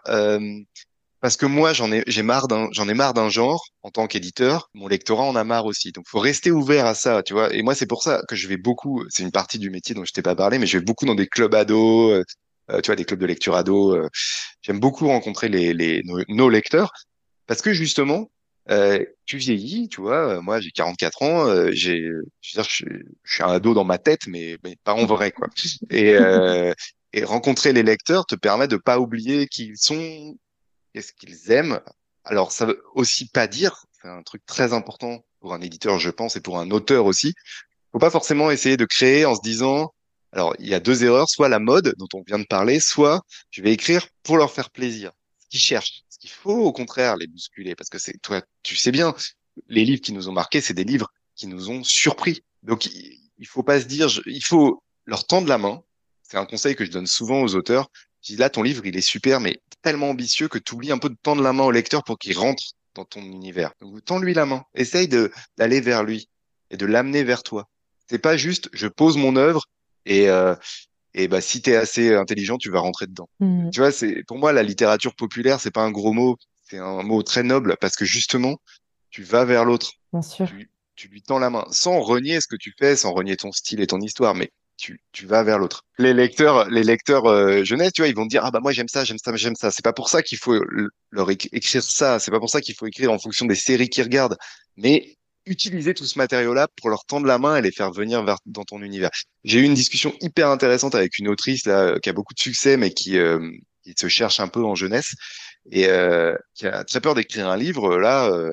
parce que moi, j'en ai marre d'un genre en tant qu'éditeur. Mon lectorat en a marre aussi. Donc, faut rester ouvert à ça, tu vois. Et moi, c'est pour ça que je vais beaucoup. C'est une partie du métier dont je t'ai pas parlé, mais je vais beaucoup dans des clubs ados, tu vois, des clubs de lecture ados. J'aime beaucoup rencontrer nos lecteurs parce que justement, tu vieillis, tu vois. Moi, j'ai 44 ans. Je veux dire, je suis un ado dans ma tête, mais pas en vrai, quoi. Et et rencontrer les lecteurs te permet de pas oublier qui ils sont, qu'est-ce qu'ils aiment. Alors, ça veut aussi pas dire, c'est un truc très important pour un éditeur, je pense, et pour un auteur aussi. Faut pas forcément essayer de créer en se disant, alors, il y a deux erreurs, soit la mode dont on vient de parler, soit je vais écrire pour leur faire plaisir. Ce qu'ils cherchent. Ce qu'il faut, au contraire, les bousculer, parce que c'est, toi, tu sais bien, les livres qui nous ont marqués, c'est des livres qui nous ont surpris. Donc, il faut pas se dire, il faut leur tendre la main. C'est un conseil que je donne souvent aux auteurs. Je dis là, ton livre, il est super, mais tellement ambitieux que tu oublies un peu de tendre la main au lecteur pour qu'il rentre dans ton univers. Donc, tends-lui la main. Essaye d'aller vers lui et de l'amener vers toi. C'est pas juste, je pose mon œuvre et, et bah, si t'es assez intelligent, tu vas rentrer dedans. Mhm. Tu vois, c'est, pour moi, la littérature populaire, c'est pas un gros mot. C'est un mot très noble parce que justement, tu vas vers l'autre. Bien sûr. Tu lui tends la main sans renier ce que tu fais, sans renier ton style et ton histoire, mais tu vas vers l'autre. Les lecteurs jeunesse, tu vois, ils vont te dire, ah bah moi j'aime ça, j'aime ça, j'aime ça. C'est pas pour ça qu'il faut leur écrire ça. C'est pas pour ça qu'il faut écrire en fonction des séries qu'ils regardent. Mais utiliser tout ce matériau-là pour leur tendre la main et les faire venir dans ton univers. J'ai eu une discussion hyper intéressante avec une autrice là qui a beaucoup de succès, mais qui se cherche un peu en jeunesse et qui a très peur d'écrire un livre. Là,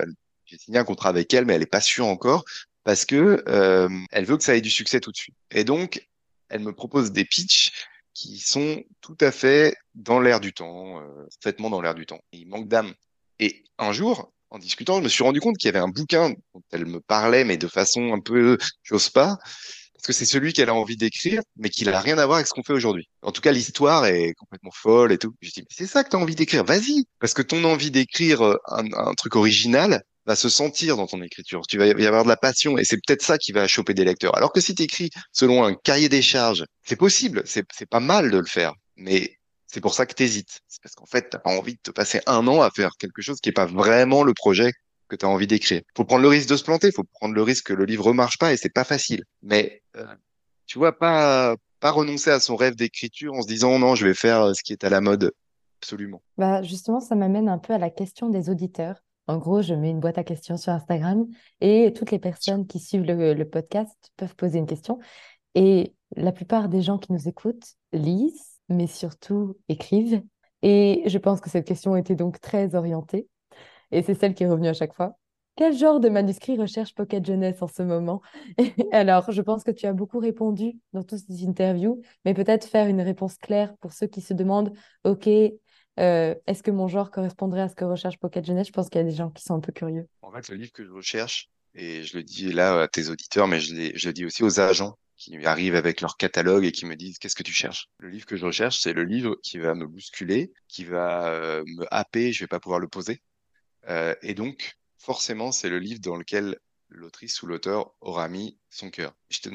J'ai signé un contrat avec elle, mais elle est pas sûre encore parce que elle veut que ça ait du succès tout de suite. Et donc, elle me propose des pitchs qui sont tout à fait dans l'air du temps, parfaitement dans l'air du temps. Il manque d'âme. Et un jour, en discutant, je me suis rendu compte qu'il y avait un bouquin dont elle me parlait, mais de façon un peu, j'ose pas, parce que c'est celui qu'elle a envie d'écrire, mais qui n'a rien à voir avec ce qu'on fait aujourd'hui. En tout cas, l'histoire est complètement folle et tout. Je dis, mais c'est ça que tu as envie d'écrire, vas-y. Parce que ton envie d'écrire un truc original va se sentir dans ton écriture. Tu vas y avoir de la passion et c'est peut-être ça qui va choper des lecteurs. Alors que si tu écris selon un cahier des charges, c'est possible, c'est pas mal de le faire, mais c'est pour ça que t'hésites. C'est parce qu'en fait, t'as pas envie de te passer un an à faire quelque chose qui est pas vraiment le projet que tu as envie d'écrire. Faut prendre le risque de se planter, faut prendre le risque que le livre marche pas et c'est pas facile. Mais tu vois, pas renoncer à son rêve d'écriture en se disant non, je vais faire ce qui est à la mode. Absolument. Bah, justement, ça m'amène un peu à la question des auditeurs. En gros, je mets une boîte à questions sur Instagram et toutes les personnes qui suivent le podcast peuvent poser une question. Et la plupart des gens qui nous écoutent lisent, mais surtout écrivent. Et je pense que cette question était donc très orientée. Et c'est celle qui est revenue à chaque fois. Quel genre de manuscrit recherche Pocket Jeunesse en ce moment? Alors, je pense que tu as beaucoup répondu dans toutes ces interviews, mais peut-être faire une réponse claire pour ceux qui se demandent, OK, est-ce que mon genre correspondrait à ce que recherche Pocket Jeunesse? Je pense qu'il y a des gens qui sont un peu curieux. En fait, le livre que je recherche, et je le dis là à tes auditeurs, mais je le dis aussi aux agents qui arrivent avec leur catalogue et qui me disent qu'est-ce que tu cherches? Le livre que je recherche, c'est le livre qui va me bousculer, qui va me happer, je vais pas pouvoir le poser. Et donc, forcément, c'est le livre dans lequel l'autrice ou l'auteur aura mis son cœur.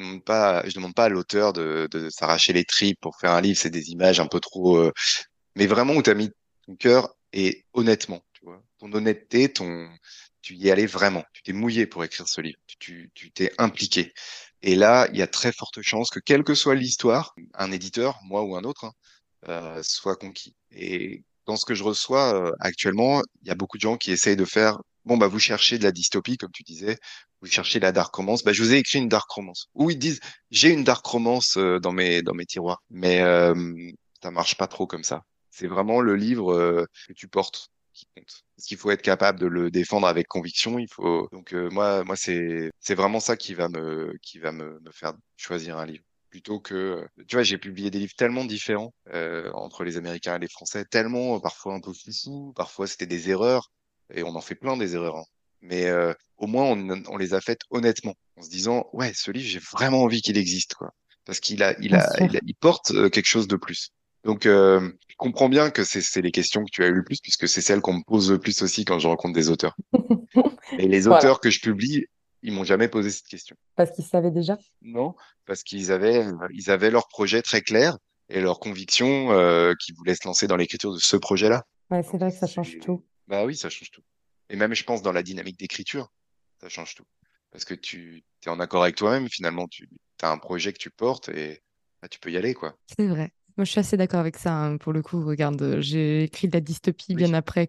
Je demande pas à l'auteur de s'arracher les tripes pour faire un livre, c'est des images un peu trop, mais vraiment où tu as mis ton cœur et honnêtement, tu vois, ton honnêteté, tu y es allé vraiment, tu t'es mouillé pour écrire ce livre, tu t'es impliqué. Et là, il y a très forte chance que quelle que soit l'histoire, un éditeur, moi ou un autre, hein, soit conquis. Et dans ce que je reçois actuellement, il y a beaucoup de gens qui essayent de faire, bon, bah, vous cherchez de la dystopie, comme tu disais, vous cherchez la dark romance, bah, je vous ai écrit une dark romance. Ou ils disent, j'ai une dark romance dans mes tiroirs. Mais ça marche pas trop comme ça. C'est vraiment le livre que tu portes qui compte. Parce qu'il faut être capable de le défendre avec conviction. Il faut donc moi c'est vraiment ça qui va me faire choisir un livre plutôt que tu vois j'ai publié des livres tellement différents entre les Américains et les Français, tellement parfois un peu foufou, parfois c'était des erreurs et on en fait plein des erreurs. Hein. Mais au moins on les a faites honnêtement en se disant ouais ce livre j'ai vraiment envie qu'il existe quoi parce Bien sûr. il porte quelque chose de plus. Donc, je comprends bien que c'est les questions que tu as eues le plus, puisque c'est celles qu'on me pose le plus aussi quand je rencontre des auteurs. Mais les Voilà, auteurs que je publie, ils m'ont jamais posé cette question. parce qu'ils savaient déjà. Non, parce ils avaient leur projet très clair et leur conviction qu'ils voulaient se lancer dans l'écriture de ce projet-là. Ouais, c'est Donc, vrai que ça change tout. bah oui, ça change tout. Et même, je pense, dans la dynamique d'écriture, ça change tout. Parce que tu es en accord avec toi-même, finalement, tu as un projet que tu portes et bah, tu peux y aller, quoi. C'est vrai. Moi, je suis assez d'accord avec ça, hein. Pour le coup, regarde, j'ai écrit de la dystopie Oui. bien après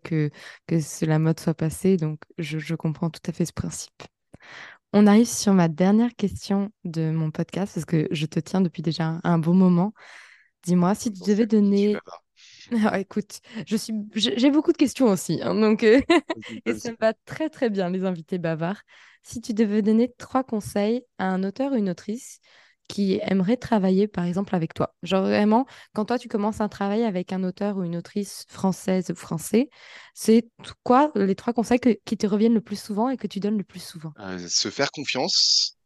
la mode soit passée, donc je comprends tout à fait ce principe. On arrive sur ma dernière question de mon podcast, parce que je te tiens depuis déjà un bon moment. Dis-moi, En si même tu temps, devais c'est qui tu vas donner... voir. Ah, écoute, j'ai beaucoup de questions aussi, hein, donc, Vas-y, et ça vas-y. me va très très bien, les invités bavards. Si tu devais donner trois conseils à un auteur ou une autrice qui aimerait travailler, par exemple, avec toi, genre vraiment, quand toi tu commences un travail avec un auteur ou une autrice française ou français, quoi les trois conseils qui te reviennent le plus souvent et que tu donnes le plus souvent? Se faire confiance,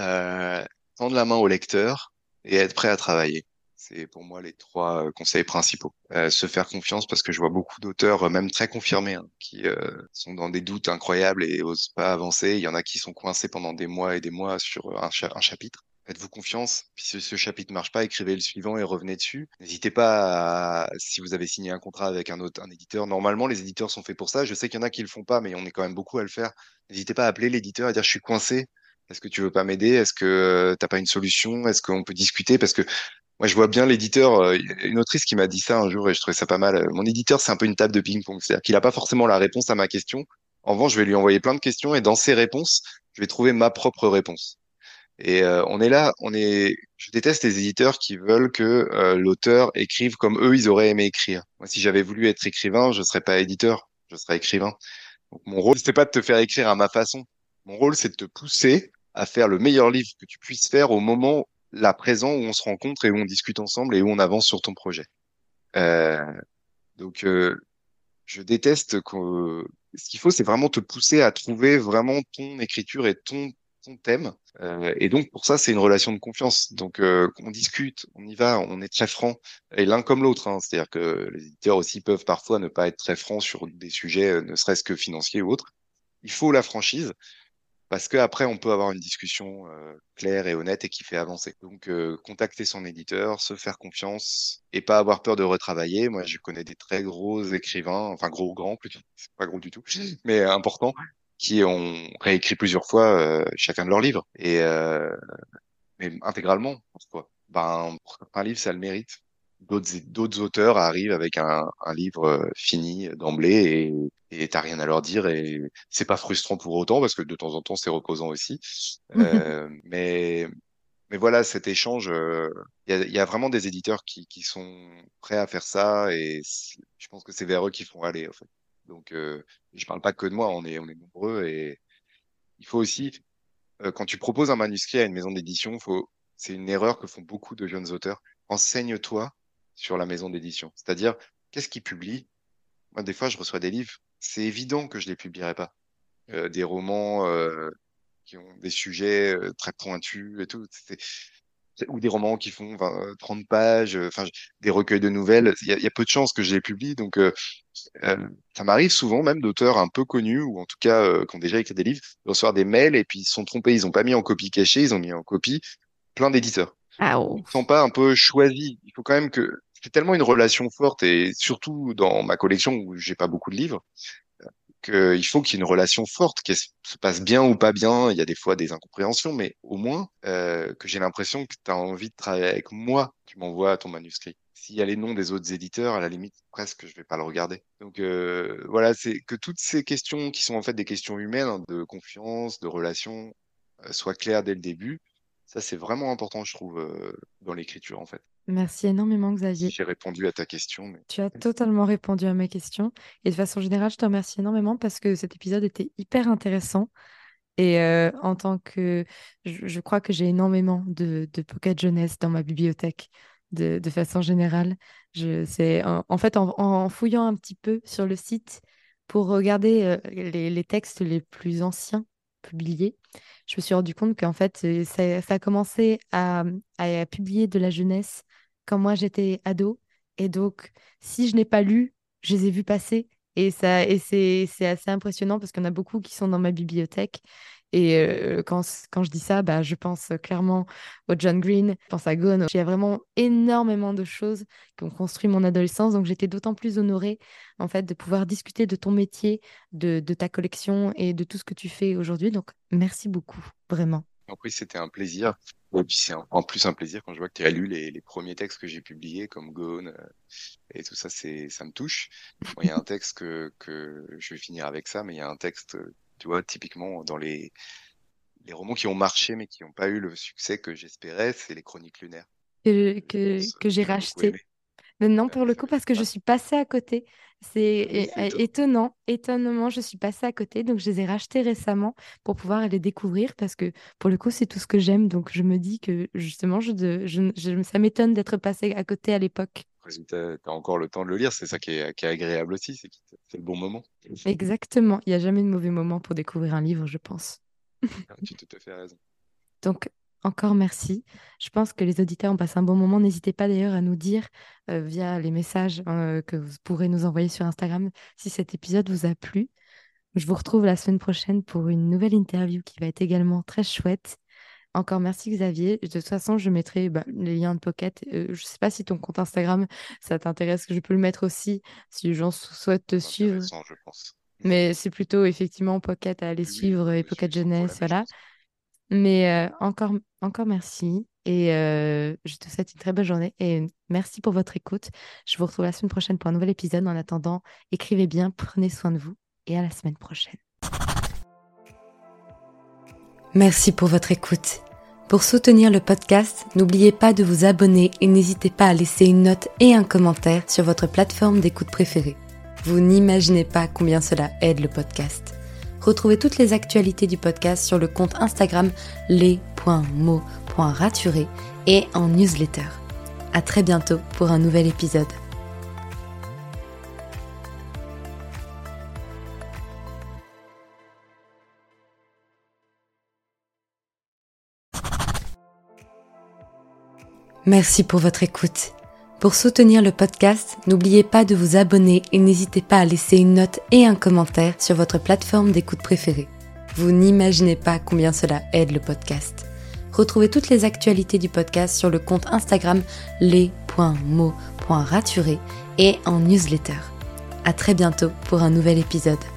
tendre la main au lecteur et être prêt à travailler. C'est pour moi les trois conseils principaux. Se faire confiance parce que je vois beaucoup d'auteurs, même très confirmés, hein, qui sont dans des doutes incroyables et osent pas avancer. Il y en a qui sont coincés pendant des mois et des mois sur un chapitre. Faites-vous confiance. Puis si ce chapitre marche pas, écrivez le suivant et revenez dessus. N'hésitez pas si vous avez signé un contrat avec un éditeur. Normalement, les éditeurs sont faits pour ça. Je sais qu'il y en a qui le font pas, mais on est quand même beaucoup à le faire. N'hésitez pas à appeler l'éditeur et dire je suis coincé. Est-ce que tu veux pas m'aider? Est-ce que t'as pas une solution? Est-ce qu'on peut discuter? Parce que moi, je vois bien l'éditeur. Il y a une autrice qui m'a dit ça un jour et je trouvais ça pas mal. Mon éditeur, c'est un peu une table de ping-pong. C'est-à-dire qu'il a pas forcément la réponse à ma question. En revanche, je vais lui envoyer plein de questions et dans ses réponses, je vais trouver ma propre réponse. Et on est là, je déteste les éditeurs qui veulent que l'auteur écrive comme eux, ils auraient aimé écrire. Moi, si j'avais voulu être écrivain, je serais pas éditeur, je serais écrivain. Donc, mon rôle, c'est pas de te faire écrire à ma façon. Mon rôle, c'est de te pousser à faire le meilleur livre que tu puisses faire au moment là présent où on se rencontre et où on discute ensemble et où on avance sur ton projet. Euh, donc, je déteste que ce qu'il faut, c'est vraiment te pousser à trouver vraiment ton écriture et ton thème. Et donc, pour ça, c'est une relation de confiance. Donc, on discute, on y va, on est très franc, et l'un comme l'autre, hein. C'est-à-dire que les éditeurs aussi peuvent parfois ne pas être très francs sur des sujets, ne serait-ce que financiers ou autres. Il faut la franchise. Parce qu'après, on peut avoir une discussion claire et honnête et qui fait avancer. Donc, contacter son éditeur, se faire confiance et pas avoir peur de retravailler. Moi, je connais des très gros écrivains, enfin gros ou grands plutôt, c'est pas gros du tout, mais importants, qui ont réécrit plusieurs fois chacun de leurs livres mais intégralement, quoi. Ben, pour un livre, ça a le mérite. D'autres auteurs arrivent avec un livre fini d'emblée et t'as rien à leur dire et c'est pas frustrant pour autant parce que de temps en temps c'est reposant aussi. Mais voilà, cet échange, il y a vraiment des éditeurs qui sont prêts à faire ça et je pense que c'est vers eux qu'ils font aller en fait. Donc je parle pas que de moi, on est nombreux et il faut aussi quand tu proposes un manuscrit à une maison d'édition, c'est une erreur que font beaucoup de jeunes auteurs. Enseigne-toi sur la maison d'édition. C'est-à-dire, qu'est-ce qu'ils publient? Moi, des fois, je reçois des livres. C'est évident que je les publierai pas. Des romans qui ont des sujets très pointus et tout. Ou des romans qui font 30 pages, des recueils de nouvelles. Il y a peu de chances que je les publie. Donc, ça m'arrive souvent même d'auteurs un peu connus ou en tout cas qui ont déjà écrit des livres de recevoir des mails et puis ils se sont trompés, ils ont pas mis en copie cachée, ils ont mis en copie plein d'éditeurs. Ah Je me oh. sens pas un peu choisi. Il faut quand même que c'est tellement une relation forte et surtout dans ma collection où j'ai pas beaucoup de livres qu'il faut qu'il y ait une relation forte, qu'elle se passe bien ou pas bien. Il y a des fois des incompréhensions, mais au moins que j'ai l'impression que tu as envie de travailler avec moi. Tu m'envoies ton manuscrit. S'il y a les noms des autres éditeurs, à la limite, presque, je vais pas le regarder. Donc voilà, c'est que toutes ces questions qui sont en fait des questions humaines, hein, de confiance, de relation, soient claires dès le début. Ça, c'est vraiment important, je trouve, dans l'écriture, en fait. Merci énormément, Si Xavier. j'ai répondu à ta question, mais Tu as totalement répondu à ma question. Et de façon générale, je te remercie énormément parce que cet épisode était hyper intéressant. Et en tant que... je crois que j'ai énormément de pocket jeunesse dans ma bibliothèque de façon générale. En fait, en fouillant un petit peu sur le site pour regarder les textes les plus anciens publiés, je me suis rendu compte qu'en fait, ça a commencé à publier de la jeunesse quand moi j'étais ado. Et donc, si je n'ai pas lu, je les ai vus passer. Et c'est assez impressionnant parce qu'il y en a beaucoup qui sont dans ma bibliothèque. Et quand je dis ça, bah, je pense clairement au John Green, je pense à Gone. Il y a vraiment énormément de choses qui ont construit mon adolescence. Donc j'étais d'autant plus honorée en fait de pouvoir discuter de ton métier, de ta collection et de tout ce que tu fais aujourd'hui. Donc merci beaucoup, vraiment. en plus, c'était un plaisir. Et puis c'est en plus un plaisir quand je vois que tu as lu les premiers textes que j'ai publiés, comme Gone et tout ça, ça me touche. Bon, il y a un texte que je vais finir avec ça, mais il y a un texte, tu vois, typiquement dans les romans qui ont marché mais qui n'ont pas eu le succès que j'espérais, c'est les Chroniques lunaires. Que j'ai J'avais beaucoup racheté. aimé. Mais non, pour le coup, parce que je Ah, suis passée à côté. C'est oui, c'est étonnant. étonnant, étonnamment, je suis passée à côté. Donc, je les ai rachetés récemment pour pouvoir les découvrir parce que pour le coup, c'est tout ce que j'aime. Donc, je me dis que justement, ça m'étonne d'être passée à côté à l'époque. Résultat, t'as encore le temps de le lire, c'est ça qui est agréable aussi, c'est le bon moment. Exactement. Il n'y a jamais de mauvais moment pour découvrir un livre, je pense. Tu as tout à fait raison. Donc, encore merci. Je pense que les auditeurs ont passé un bon moment. N'hésitez pas d'ailleurs à nous dire via les messages que vous pourrez nous envoyer sur Instagram si cet épisode vous a plu. Je vous retrouve la semaine prochaine pour une nouvelle interview qui va être également très chouette. Encore merci Xavier. De toute façon, je mettrai les liens de Pocket. Je ne sais pas si ton compte Instagram, ça t'intéresse, que je peux le mettre aussi si les gens souhaitent te C'est suivre. intéressant, je pense. Mais c'est plutôt effectivement Pocket à aller Oui, oui, suivre je et me suis Pocket sans Jeunesse, problème, je voilà. pense. Mais encore merci et je te souhaite une très bonne journée et merci pour votre écoute. Je vous retrouve la semaine prochaine pour un nouvel épisode. En attendant, écrivez bien, prenez soin de vous et à la semaine prochaine. Merci pour votre écoute. Pour soutenir le podcast, n'oubliez pas de vous abonner et n'hésitez pas à laisser une note et un commentaire sur votre plateforme d'écoute préférée. Vous n'imaginez pas combien cela aide le podcast. Retrouvez toutes les actualités du podcast sur le compte Instagram les.mots.raturés et en newsletter. À très bientôt pour un nouvel épisode. Merci pour votre écoute. Pour soutenir le podcast, n'oubliez pas de vous abonner et n'hésitez pas à laisser une note et un commentaire sur votre plateforme d'écoute préférée. Vous n'imaginez pas combien cela aide le podcast. Retrouvez toutes les actualités du podcast sur le compte Instagram les.mots.raturés et en newsletter. À très bientôt pour un nouvel épisode.